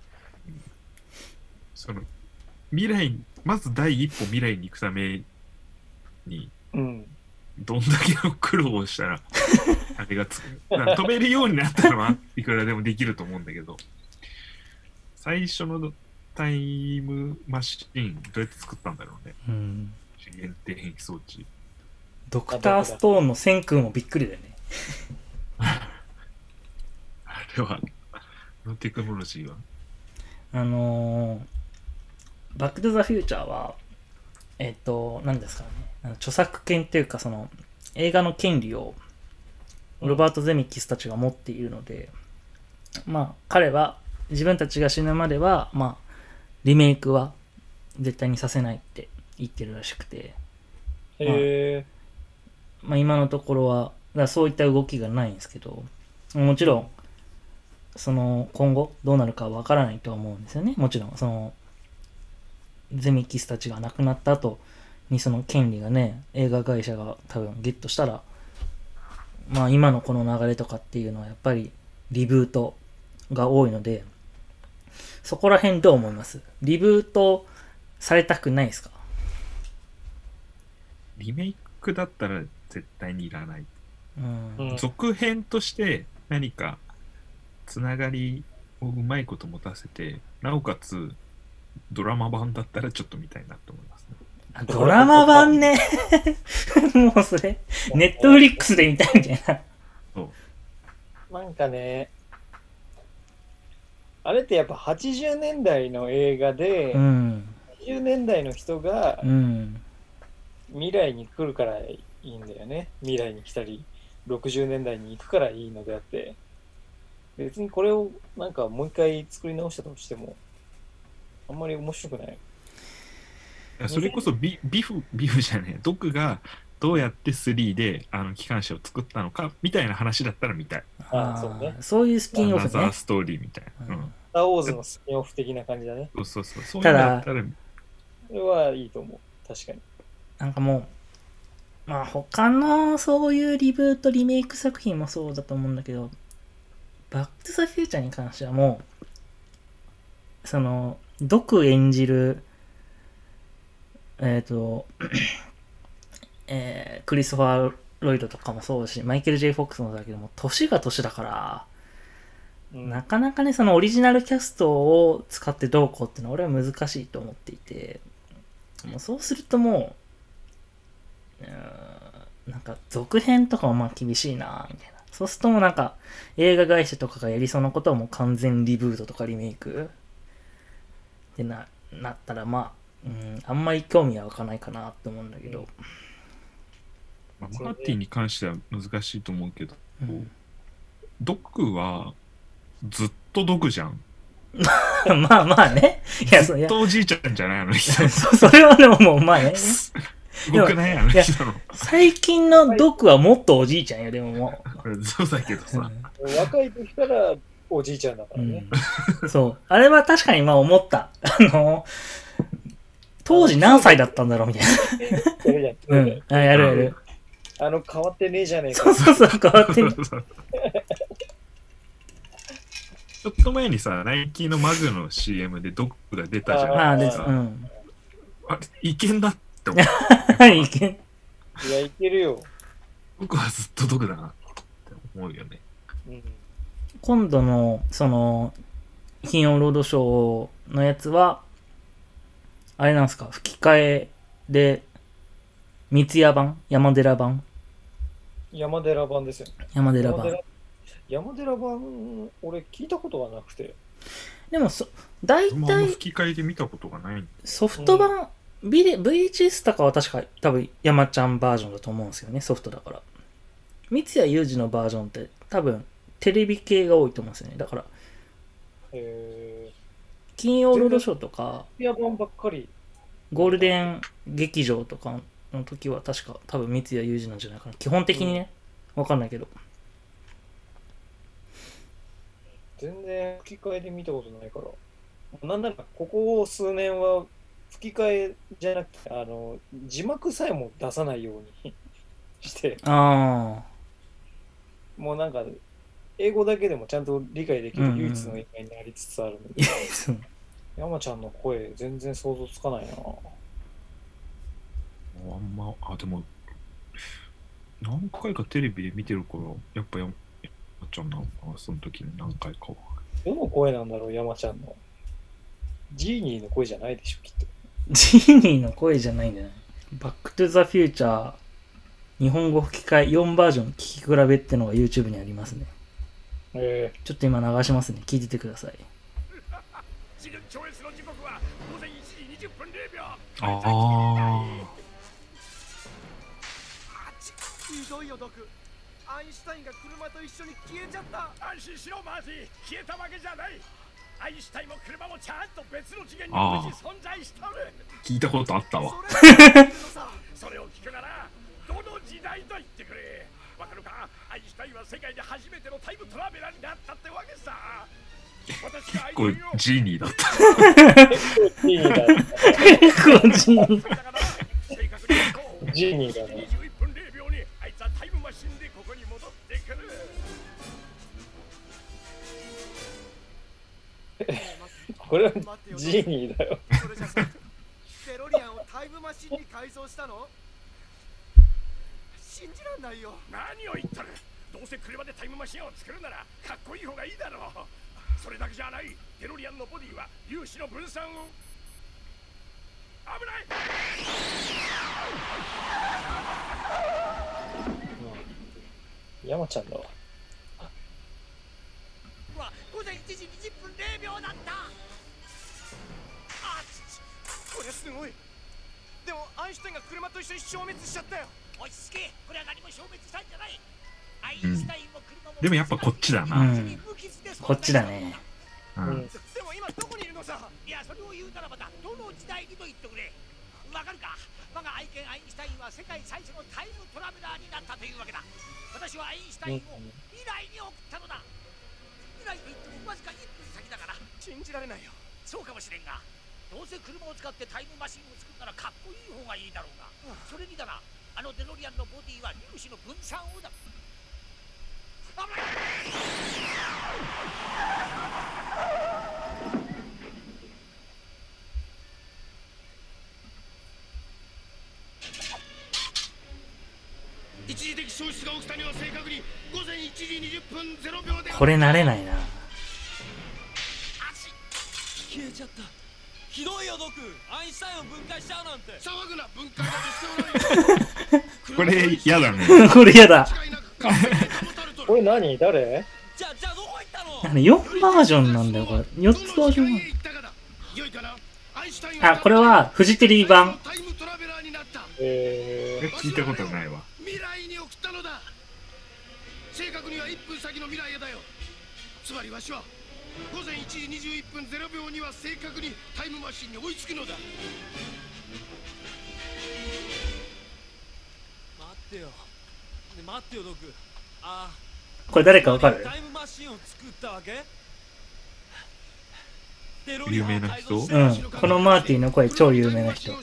その未来に、まず第一歩未来に行くために、 うん。 どんだけの苦労をしたら、あれがつく。だから飛べるようになったのはいくらでもできると思うんだけど、最初のタイムマシーンどうやって作ったんだろうね。 うん。 限定変異装置。 ドクターストーンの千空もびっくりだよね。 あれは、あのテクノロジーは。 あのー、バックトゥザフューチャーは、えっと、何ですかね。あの著作権っていうか、その、映画の権利を、ロバート・ゼミッキスたちが持っているので、まあ、彼は、自分たちが死ぬまでは、まあ、リメイクは絶対にさせないって言ってるらしくて、 へえ。 まあ今のところは、だからそういった動きがないんですけど、もちろん、その今後どうなるかわからないとは思うんですよね。もちろん、その、ゼミキスたちが亡くなった後にその権利がね、映画会社が多分ゲットしたら、まあ今のこの流れとかっていうのはやっぱりリブートが多いので、そこら辺どう思います？リブートされたくないですか？ リメイクだったら絶対にいらない。 うん。 うん続編として何かつながりをうまいこと持たせて、なおかつドラマ版だったらちょっと見たいなと思いますね。 あドラマ版ね。もうそれ、ネットフリックスで見たいみたいな。 そうなんかね、あれってやっぱはちじゅうねんだいの映画で、 うん。 はちじゅうねんだいの人がうん。 未来に来るからいいんだよね。未来に来たり、ろくじゅうねんだいに行くからいいのであって、別にこれをなんかもう一回作り直したとしても、あんまり面白くない。 いやそれこそビビフビフじゃねえドクがどうやってスリーであの機関車を作ったのかみたいな話だったら見たい。 ああそうねそういうスピンオフねアナザー。ストーリーみたいな。 ううんん。 スター・ウォーズのスピンオフ的な感じだね。 そうそうそう。そういうのだったら、 それはいいと思う。確かに。 なんかもう、まあ他のそういうリブート、リメイク作品もそうだと思うんだけど、バック・トゥ・ザ・フューチャーに関してはもう、その、毒演じる、えっ、と、えー、クリストファー・ロイドとかもそうだし、マイケル・ J ・フォックスもだけども、年が年だから、 うん、 なかなかね、そのオリジナルキャストを使ってどうこうっていうのは俺は難しいと思っていて、もうそうするともう、うーんなんか続編とかもまあ厳しいなみたいな。そうするともうなんか映画会社とかがやりそうなことはもう完全リブートとかリメイクってな、なったらまあ、うん、あんまり興味は湧かないかなって思うんだけど。 まあ、マーティンに関しては難しいと思うけど、 うんドクはずっとドクじゃん。 まあまあね。いや、そういやずっとおじいちゃんじゃないあの人。 そそれはでももうまあね。 すごくないあの人の。 最近のドクはもっとおじいちゃんよ、でももそうだけどう。 さ。 若い時からおじいちゃんだからね。 うん、そう。あれは確かにまあ思った。あの、当時何歳だったんだろうみたいやるじな。 ゃん。 うん。あ、やるやる。 あの、変わってねえじゃねえか。 そうそうそう、変わってね。 ちょっと前にさ、ナイキのマグの シーエム でドクが出たじゃん。 ああ、で、 あうん。 あれいけんだって思う。 いけん。 いや、いけるよ。 僕はずっとドクだなって思うよね。 うん。 今度の、その、金曜ロードショーのやつは、あれなんですか、吹き替えで、三ツ矢版山寺版山寺版ですよね。 山寺版。 山寺版、俺聞いたことがなくて。 でもそ、大あんま体吹き替えで見たことがない。 ソフト版、ビデ ブイエイチエス とかは確か多分山ちゃんバージョンだと思うんですよね、ソフトだから。三谷裕二のバージョンって多分テレビ系が多いと思うんですよね。だから、 え金曜ロードショーとか、 ー、山版ばっかり。 ゴールデン劇場とかの時は確か多分三谷裕二なんじゃないかな。基本的にね、わかんないけど。 全然吹き替えで見たことないから。なんなら、ここ数年は吹き替えじゃなくて、あの、字幕さえも出さないようにして、 あもうなんか、英語だけでもちゃんと理解できるうんうん唯一の映画になりつつあるんだあ。 けど、山ちゃんの声全然想像つかないな。 あんま、あ、でも、何回かテレビで見てるから、やっぱややっちゃんなのかな、その時に何回かは。 どの声なんだろう、山ちゃんの。 ジーニーの声じゃないでしょ、きっと。 ジーニーの声じゃないんじゃない？バックトゥザフューチャー日本語吹き替えよんバージョン聞き比べってのが YouTube にありますね。 えちょっと今流しますね。聞いててください。 ああ。 ひどいよ、ドク。アインシュタインが車と一緒に消えちゃった。安心しろ、マーティ。消えたわけじゃない。アインシュタインも車もちゃんと別の次元に無事存在しとる。 聞いたことあったわ。 それを聞くなら、どの時代と言ってくれ。わかるか？アインシュタインは世界で初めてのタイムトラベラーになったってわけさ。私がこれジーニーだった。 ー、ジーニーだ。 結構ジーニー。 ジーニーだね。 にじゅういっぷんれいびょうにあいつはタイムマシンでここに戻ってくる。 これはジーニーだよ。 それじゃさ、デロリアンをタイムマシンに改造したの？信じらんないよ。何を言っとる。どうせ車でタイムマシンを作るならかっこいい方がいいだろう。それだけじゃない。デロリアンのボディは粒子の分散を。危ない。 うん、山ちゃんだわ。 うわ、ごぜんいちじにじゅっぷんれいびょうだった。あっ、これすごい。でもアインシュタインが車と一緒に消滅しちゃったよ。落ち着け。これは何も消滅したんじゃない。アインシュタインも車も、 でもやっぱこっちだな。 うん。こっちだね。 うん。 うん、 でも今どこにいるのさ。いや、それを言うならばだ、どの時代にと言ってくれ。わかるか？我が愛犬アインシュタインは世界最初のタイムトラベラーになったというわけだ。私はアインシュタインを未来に送ったのだ。未来と言ってもわずかいっぷん先だから。信じられないよ。そうかもしれんが、どうせ車を使ってタイムマシンを作るならかっこいい方がいいだろうが、それにだな、あのデロリアンのボディは粒子の分散をだ。危ない。一時的消失が起きたには正確にごぜんいちじにじゅっぷんぜろびょうで。 これ慣れないな。 消えちゃった。ひどいよ、ドク。アインシュタインを分解しちゃうなんて。騒ぐな、分解だとしておらんよ。 これ嫌だね。 これ嫌だ。 これ何？誰？ じゃあ、じゃあどこ行ったの？ あのよんバージョンなんだよ、これ。よっつバージョン。あ、これはフジテレビ版。 えー、 聞いたことないわ。 未来に送ったのだ。正確にはいっぷん先の未来へだよ。つまりわしはごぜんいちじにじゅういっぷんぜろびょうには正確にタイムマシンに追いつくのだ。待ってよ、ね、待ってよ、ドク。ああ、 これ誰かわかる？ タイムマシンを作ったわけ？ 有名な人？ うん、このマーティの声超有名な人。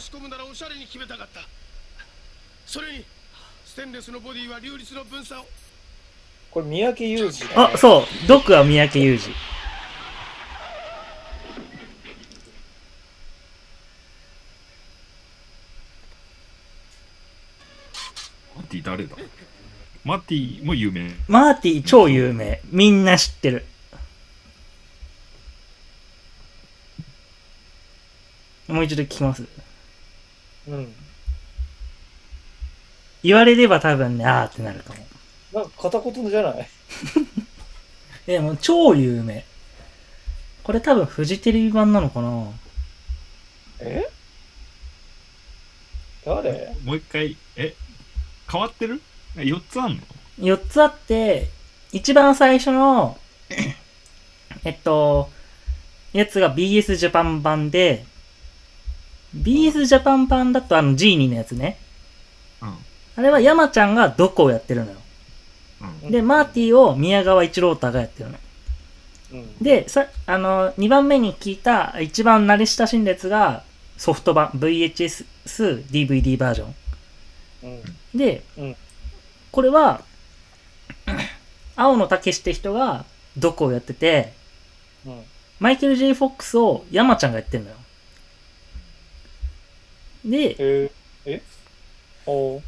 それにステンレスのボディは粒子の分散を。 これ三宅裕司だね。 あ、そう、ドクは三宅裕司。 マーティ誰だ？マーティも有名。 マーティ超有名。みんな知ってる。もう一度聞きます。 うん。 言われれば多分ね、あーってなるかも。 なんか片言じゃない？ え、もう超有名。これ多分フジテレビ版なのかな？ え？誰？ もう一回、え、変わってる？よっつあんの？ よっつあって、一番最初の、えっと、やつが ビーエス ジャパン版で、ビーエス ジャパン版だとあのジーニーのやつね。 うん。 あれは山ちゃんがドコをやってるのよ。 うん。 で、マーティを宮川一郎太がやってるの。 うん、 で、さ、あの、にばんめに聞いた一番慣れ親しんだやつがソフト版、ブイエイチエス ディーブイディー バージョン。 うん、 で、 うん、 これは、青野武って人がドコをやってて、 うん、 マイケル・ J ・フォックスを山ちゃんがやってんのよ。で、 えー、えお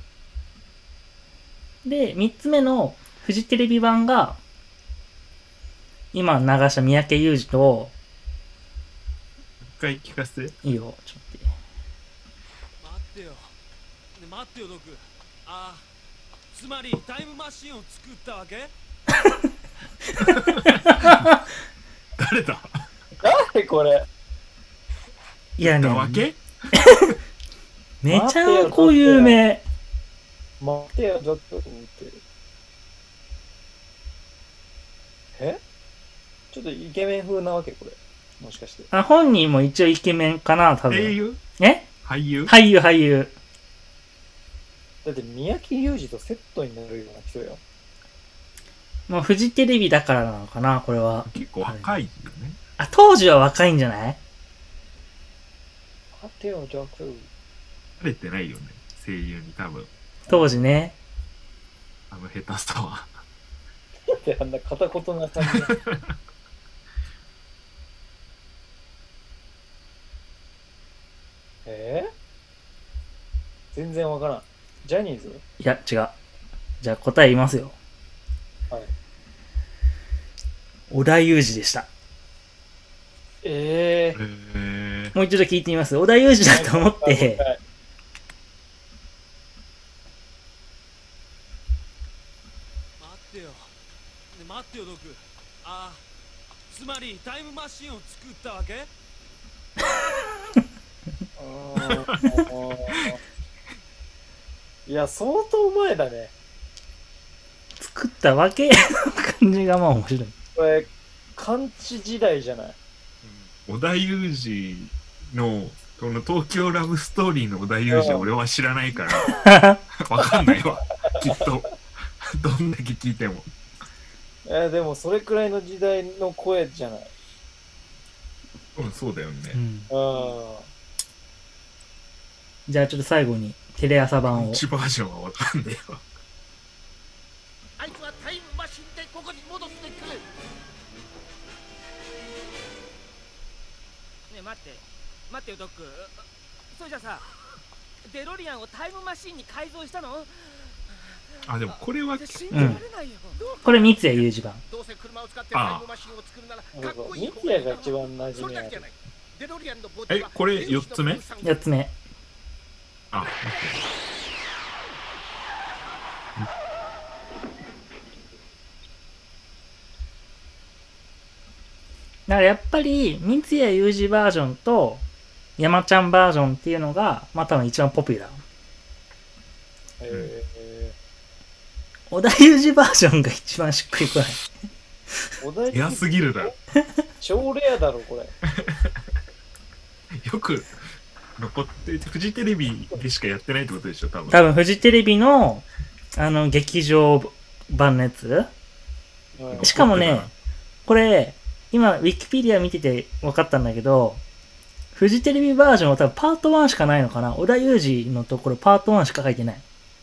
で、みっつめのフジテレビ版が、今流した三宅裕司と、 回聞かせて。 いいよ、ちょっと待って。 待ってよ、ね、待ってよドク。ああ、つまりタイムマシンを作ったわけ？ 誰だ？ 誰これ？ いやね、 なわけ？ めちゃこう有名。 待ってよ、ちょっと思って。え？ちょっとイケメン風なわけこれ。もしかして。 あ、本人も一応イケメンかな、多分。 声優？ え？ 俳優？ 俳優、俳優。 だって三宅裕司とセットになるような人よ。 もうフジテレビだからなのかな、これは。 結構若いよね。 あ、当時は若いんじゃない？ 待ってよ、ジャック。 慣れてないよね、声優に多分。 当時ね。 あの下手さは。 なんであんな片言な感じ。えー、全然わからん。ジャニーズ？ いや、違う。じゃあ答え言いますよ。 はい。 織田裕二でした。 えー、 えー、 もう一度聞いてみます。織田裕二だと思って、 待ってよ、ね、待ってよドク。ああ、つまりタイムマシンを作ったわけ？ いや、相当前だね。 作ったわけの感じがまあ面白い。 これ、完治時代じゃない？ 織田裕二のこの東京ラブストーリーの織田裕二俺は知らないからわかんないわきっとどんだけ聞いても。 えー、でもそれくらいの時代の声じゃない？ うん、そうだよね。 うん、 あじゃあちょっと最後にテレ朝版を。 一バージョンはわかんねえわ。 あいつはタイムマシンでここに戻ってくる。ねえ待って待ってよドック。それじゃさ、デロリアンをタイムマシンに改造したの？ あ、でもこれは信じられないよ、 うん、これ三谷裕二版。 どうせ車を使ってタイムマシンを作るならかっこいい。 三谷が一番馴染みある。 え、これよっつめ？ よっつめ。 あ、 だからやっぱり三谷裕二バージョンと山ちゃんバージョンっていうのがまあ多分一番ポピュラー。 えー、織田裕二バージョンが一番しっくりこない。 レアすぎるだろ。 超レアだろこれ。 よく残ってフジテレビでしかやってないってことでしょ多分。 多分フジテレビのあの劇場版のやつ。うん、しかもね、これ今ウィキペディア見てて分かったんだけど、フジテレビバージョンは多分パートワンしかないのかな。織田裕二のところパートワンしか書いてない。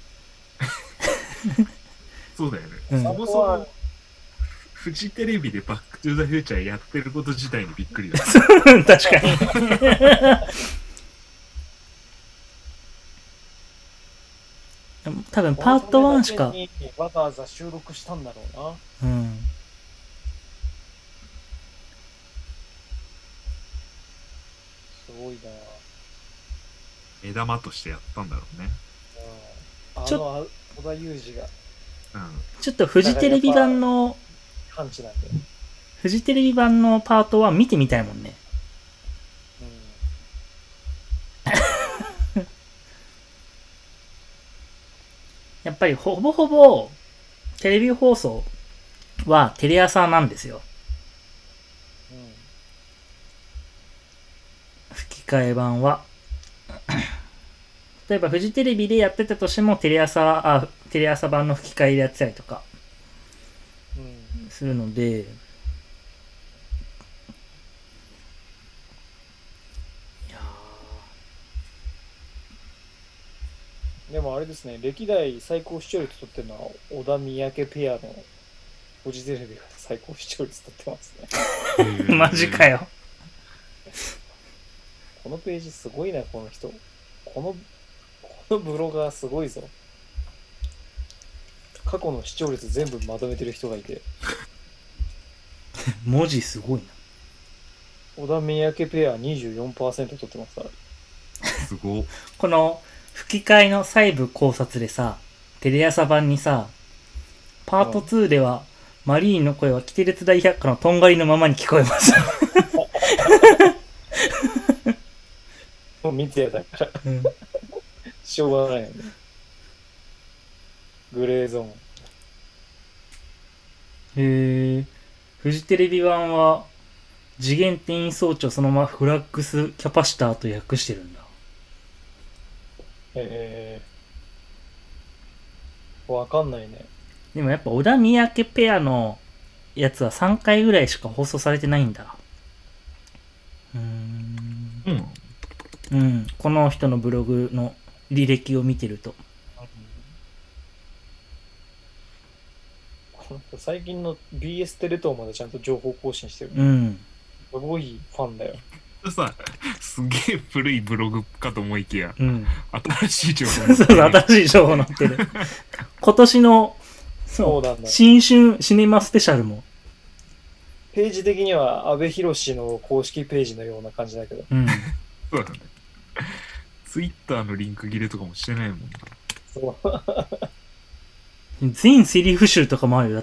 そうだよね。 うん、 そもそもフジテレビでバックトゥザフューチャーやってること自体にびっくりだ。 確かに。多分パートワンしか。 わざわざ収録したんだろうな。 うん。 すごいな。 目玉としてやったんだろうね。 うん、あの織田裕二が。 うん、ちょっとフジテレビ版のパンチなんで。 フジテレビ版のパートは見てみたいもんね。うん、やっぱりほぼほぼテレビ放送はテレ朝なんですよ。うん、吹き替え版は例えばフジテレビでやってたとしてもテレ朝あテレ朝版の吹き替えでやってたりとかするので、うん、いやでもあれですね、歴代最高視聴率取ってるのは織田三宅ペアのフジテレビが最高視聴率取ってますね。マジかよ。 このページすごいな、この人。このこのブロガーすごいぞ。過去の視聴率全部まとめてる人がいて。 文字すごいな。 小田三宅ペア にじゅうよんパーセント 取ってますから。 すごっ。 この吹き替えの細部考察でさ、テレ朝版にさ、パートツーでは、マリーンの声はキテレツ大百科のとんがりのままに聞こえます。 もう見てたから、 うん、 しょうがないよね。グレーゾーン。 へえ。フジテレビ版は次元転移装置をそのままフラックスキャパシターと訳してるんだ。 えー、わかんないね。 でもやっぱ小田三宅ペアのやつはさんかいぐらいしか放送されてないんだ。うーん。 うん。 うん。この人のブログの履歴を見てると。 最近の ビーエス テレ東までちゃんと情報更新してる。 うん。 すごいファンだよ。 さ、すげえ古いブログかと思いきや、 うん、 新しい情報そうそう、新しい情報載ってる。今年の、そう、そう新春シネマスペシャルも。 ページ的には阿部寛の公式ページのような感じだけど。 うん。 そうだね。ツイッターのリンク切れとかもしてないもんな。 そう。 全セリフ集とかもあるよ、だって。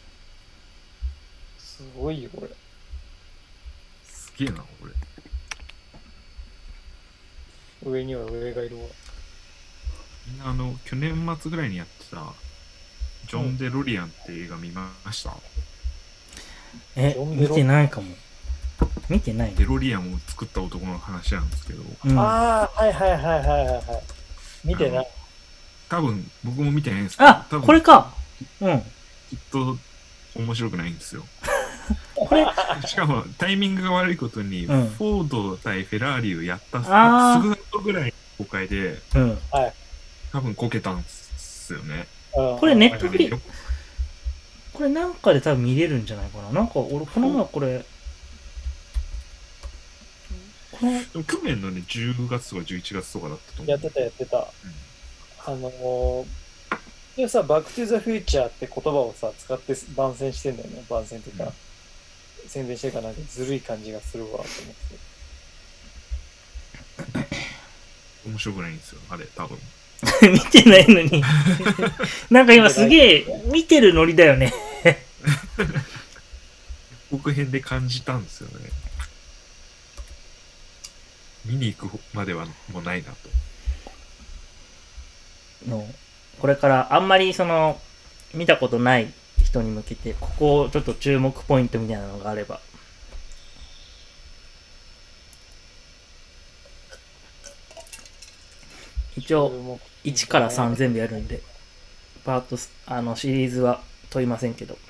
すごいよ、これ。 すげえな、これ。 上には上がいるわ。 みんなあの、去年末ぐらいにやってた、ジョン・デロリアンって映画見ました？ え、見てないかも。見てない。 デロリアンを作った男の話なんですけど。 うん、ああ、はいはいはいはいはいはい。見てない。 多分、僕も見てないんですけど。 あ、これか。うん。 きっと、面白くないんですよ。 これしかも、タイミングが悪いことに、うん、フォード対フェラーリをやったすぐ後ぐらいの公開で、 うん、 多分こけたんですよね。 これネットフリ、これなんかで多分見れるんじゃないかな。なんか俺、この前これ、 この去年のね、じゅうがつとかじゅういちがつとかだったと思う。 やってたやってた。うん、あのー、でさ、バックトゥザフューチャーって言葉をさ、使って番宣してんだよね。番宣っていうか、うん、宣伝してるからなんかずるい感じがするわと思って。 面白くないんですよ、あれ、多分。 見てないのに。なんか今すげえ見てるノリだよね。 予告編で感じたんですよね。見に行くまではもうないなと。 のこれからあんまりその見たことない人に向けてここをちょっと注目ポイントみたいなのがあれば。一応いちからさん全部やるんでパートあのシリーズは問いませんけど。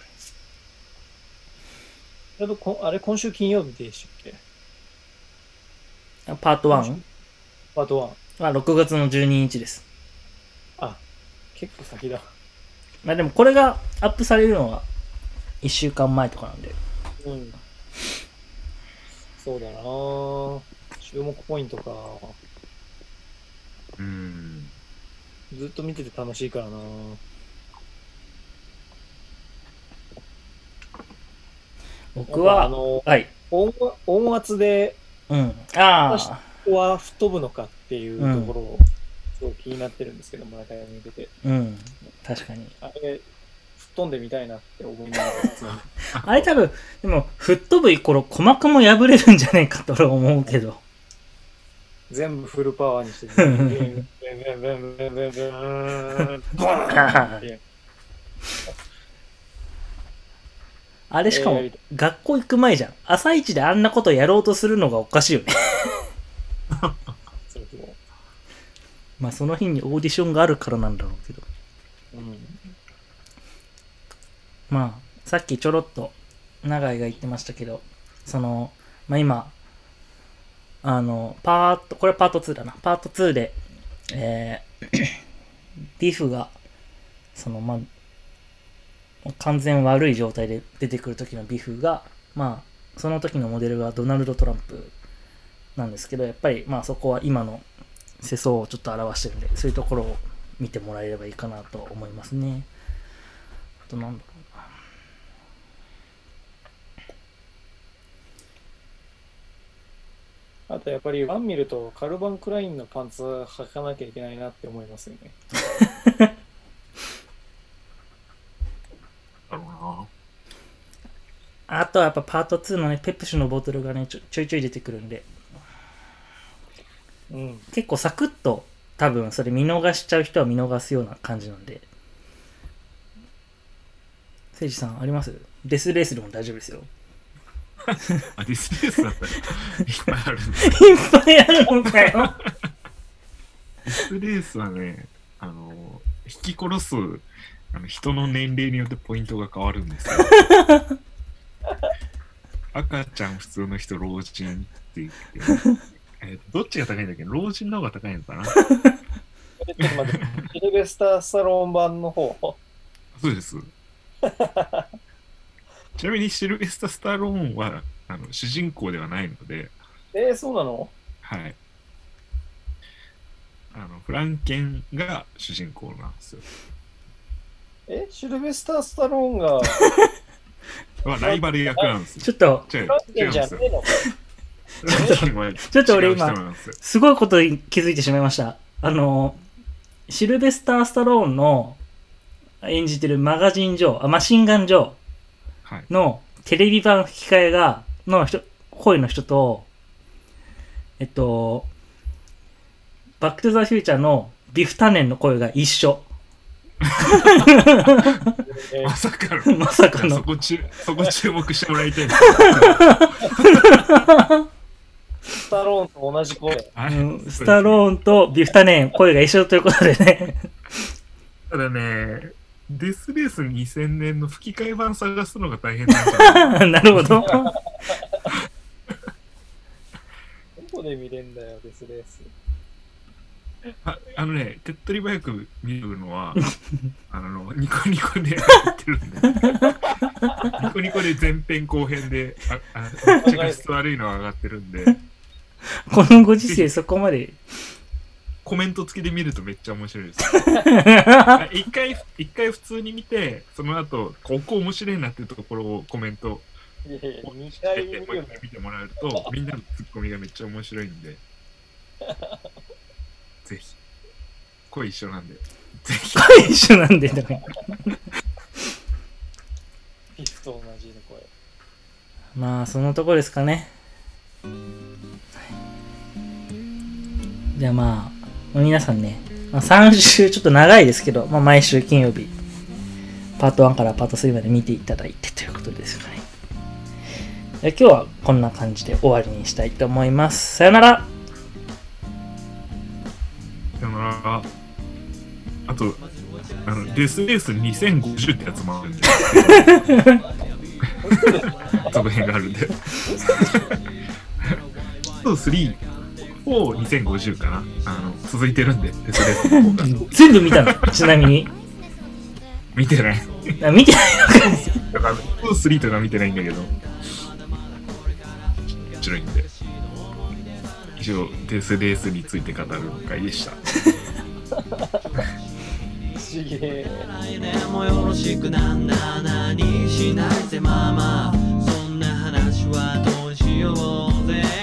あれ今週金曜日でしたっけ？パートワン？ パートワンはろくがつのじゅうににちです。 あ、結構先だ。 まあでもこれがアップされるのはいっしゅうかんまえとかなんで。 うん。そうだなぁ。注目ポイントか。 うん。 ずっと見てて楽しいからなぁ。 僕は、 あのはい。 音, 音圧で、 うん。ああ。 人は吹っ飛ぶのかっていうところを、すごい気になってるんですけど、毎回見てて。 うん。確かに。 あれ、吹っ飛んでみたいなって思いながら。 あれ多分、でも、吹っ飛ぶ頃、鼓膜も破れるんじゃないかと思うけど。 全部フルパワーにして、ブンブンブンブンブンブンブンブンボーンって。 あれしかも、学校行く前じゃん。朝一であんなことやろうとするのがおかしいよね。 そうそう。 まあその日にオーディションがあるからなんだろうけど。 うん、 まあ、さっきちょろっと永井が言ってましたけど、その、まあ今、あの、パート、これパートツーだな。パートツーで、えー、ビフが、その、まあ、完全悪い状態で出てくる時のビフが、まあ、その時のモデルがドナルド・トランプなんですけど、やっぱり、まあそこは今の世相をちょっと表してるんで、そういうところを見てもらえればいいかなと思いますね。あとなんだろうな。 あとやっぱりワン見るとカルバン・クラインのパンツ履かなきゃいけないなって思いますよね。 だろうな。 あとはやっぱパートツーのね、ペプシのボトルがね、ちょちょいちょい出てくるんで、 うん。 結構サクッと多分それ見逃しちゃう人は見逃すような感じなんで。せいじさんあります？デスレースでも大丈夫ですよ。 あ、ディスレースだったらいっぱいあるんだ。 いっぱいあるのかよ。 ディスレースはね、あの、引き殺すあの人の年齢によってポイントが変わるんですよ。赤ちゃん、普通の人、老人って言って、えー、どっちが高いんだっけ？老人の方が高いのかな？ ちょっと待って、シルベスター・スタローン版の方。 そうです。ちなみにシルベスター・スタローンはあの主人公ではないので、 えー、そうなの？ はい。あのフランケンが主人公なんですよ。 え、シルベスター・スタローンがはライバル役なんですよ。 ちょっと、 違う、 フランケ違うんですよ。 ンじゃねえの？ ちょっと俺今違う人なんですよ。 すごいことに気づいてしまいました。あの、シルベスター・スタローンの演じてるマガジン・ジョー、あ、マシンガン・ジョはい。 ーのテレビ版吹き替えが、の人、声の人と、えっと、バック・トゥ・ザ・フューチャーのビフ・タネンの声が一緒。 えまさかの。 まさかのそこ注そこ注目してもらいたいんですスタローンと同じ声。 はいうんスタローンとビフ・タネン、声が一緒ということでね。 ただね、デスレースにせんねんの吹き替え版探すのが大変なんじゃないなるほど。 どこで見れんだよ、デスレース。 ああのね、手っ取り早く見るのは、あの、ニコニコでやってるんで、ニコニコで前編後編で、ああめっちゃ画質悪いのが上がってるんで、 このご時世そこまで。 コメント付きで見るとめっちゃ面白いです。あ一回、一回普通に見て、その後、ここ面白いなっていうところをコメントいやいや、にしかいて、 見るのもう一回見てもらえると、みんなのツッコミがめっちゃ面白いんで、ぜひ。声一緒なんで、ぜひ。 声一緒なんで、だから。 ピフと同じの声。 まあ、そのところですかね。じゃあまあ、皆さんね、まあ、さん週ちょっと長いですけど、まあ、毎週金曜日、パートワンからパートスリーまで見ていただいてということですかね。今日はこんな感じで終わりにしたいと思います。さよなら。 さよなら。あと、あのデスレースにせんごじゅうってやつもあるんで、続編があるんで。そう、スリー、フォー、にせんごじゅうかな。あの続いてるんで、デスレースの方が。 全部見たのちなみに。 見てない。 あ見てないのか。 だから、フォー、スリーとか見てないんだけど、面白いんで。以上、デスレースについて語る回でした。 すげえ。 来年もよろしくなんだ何しないぜママそんな話はどうしようぜ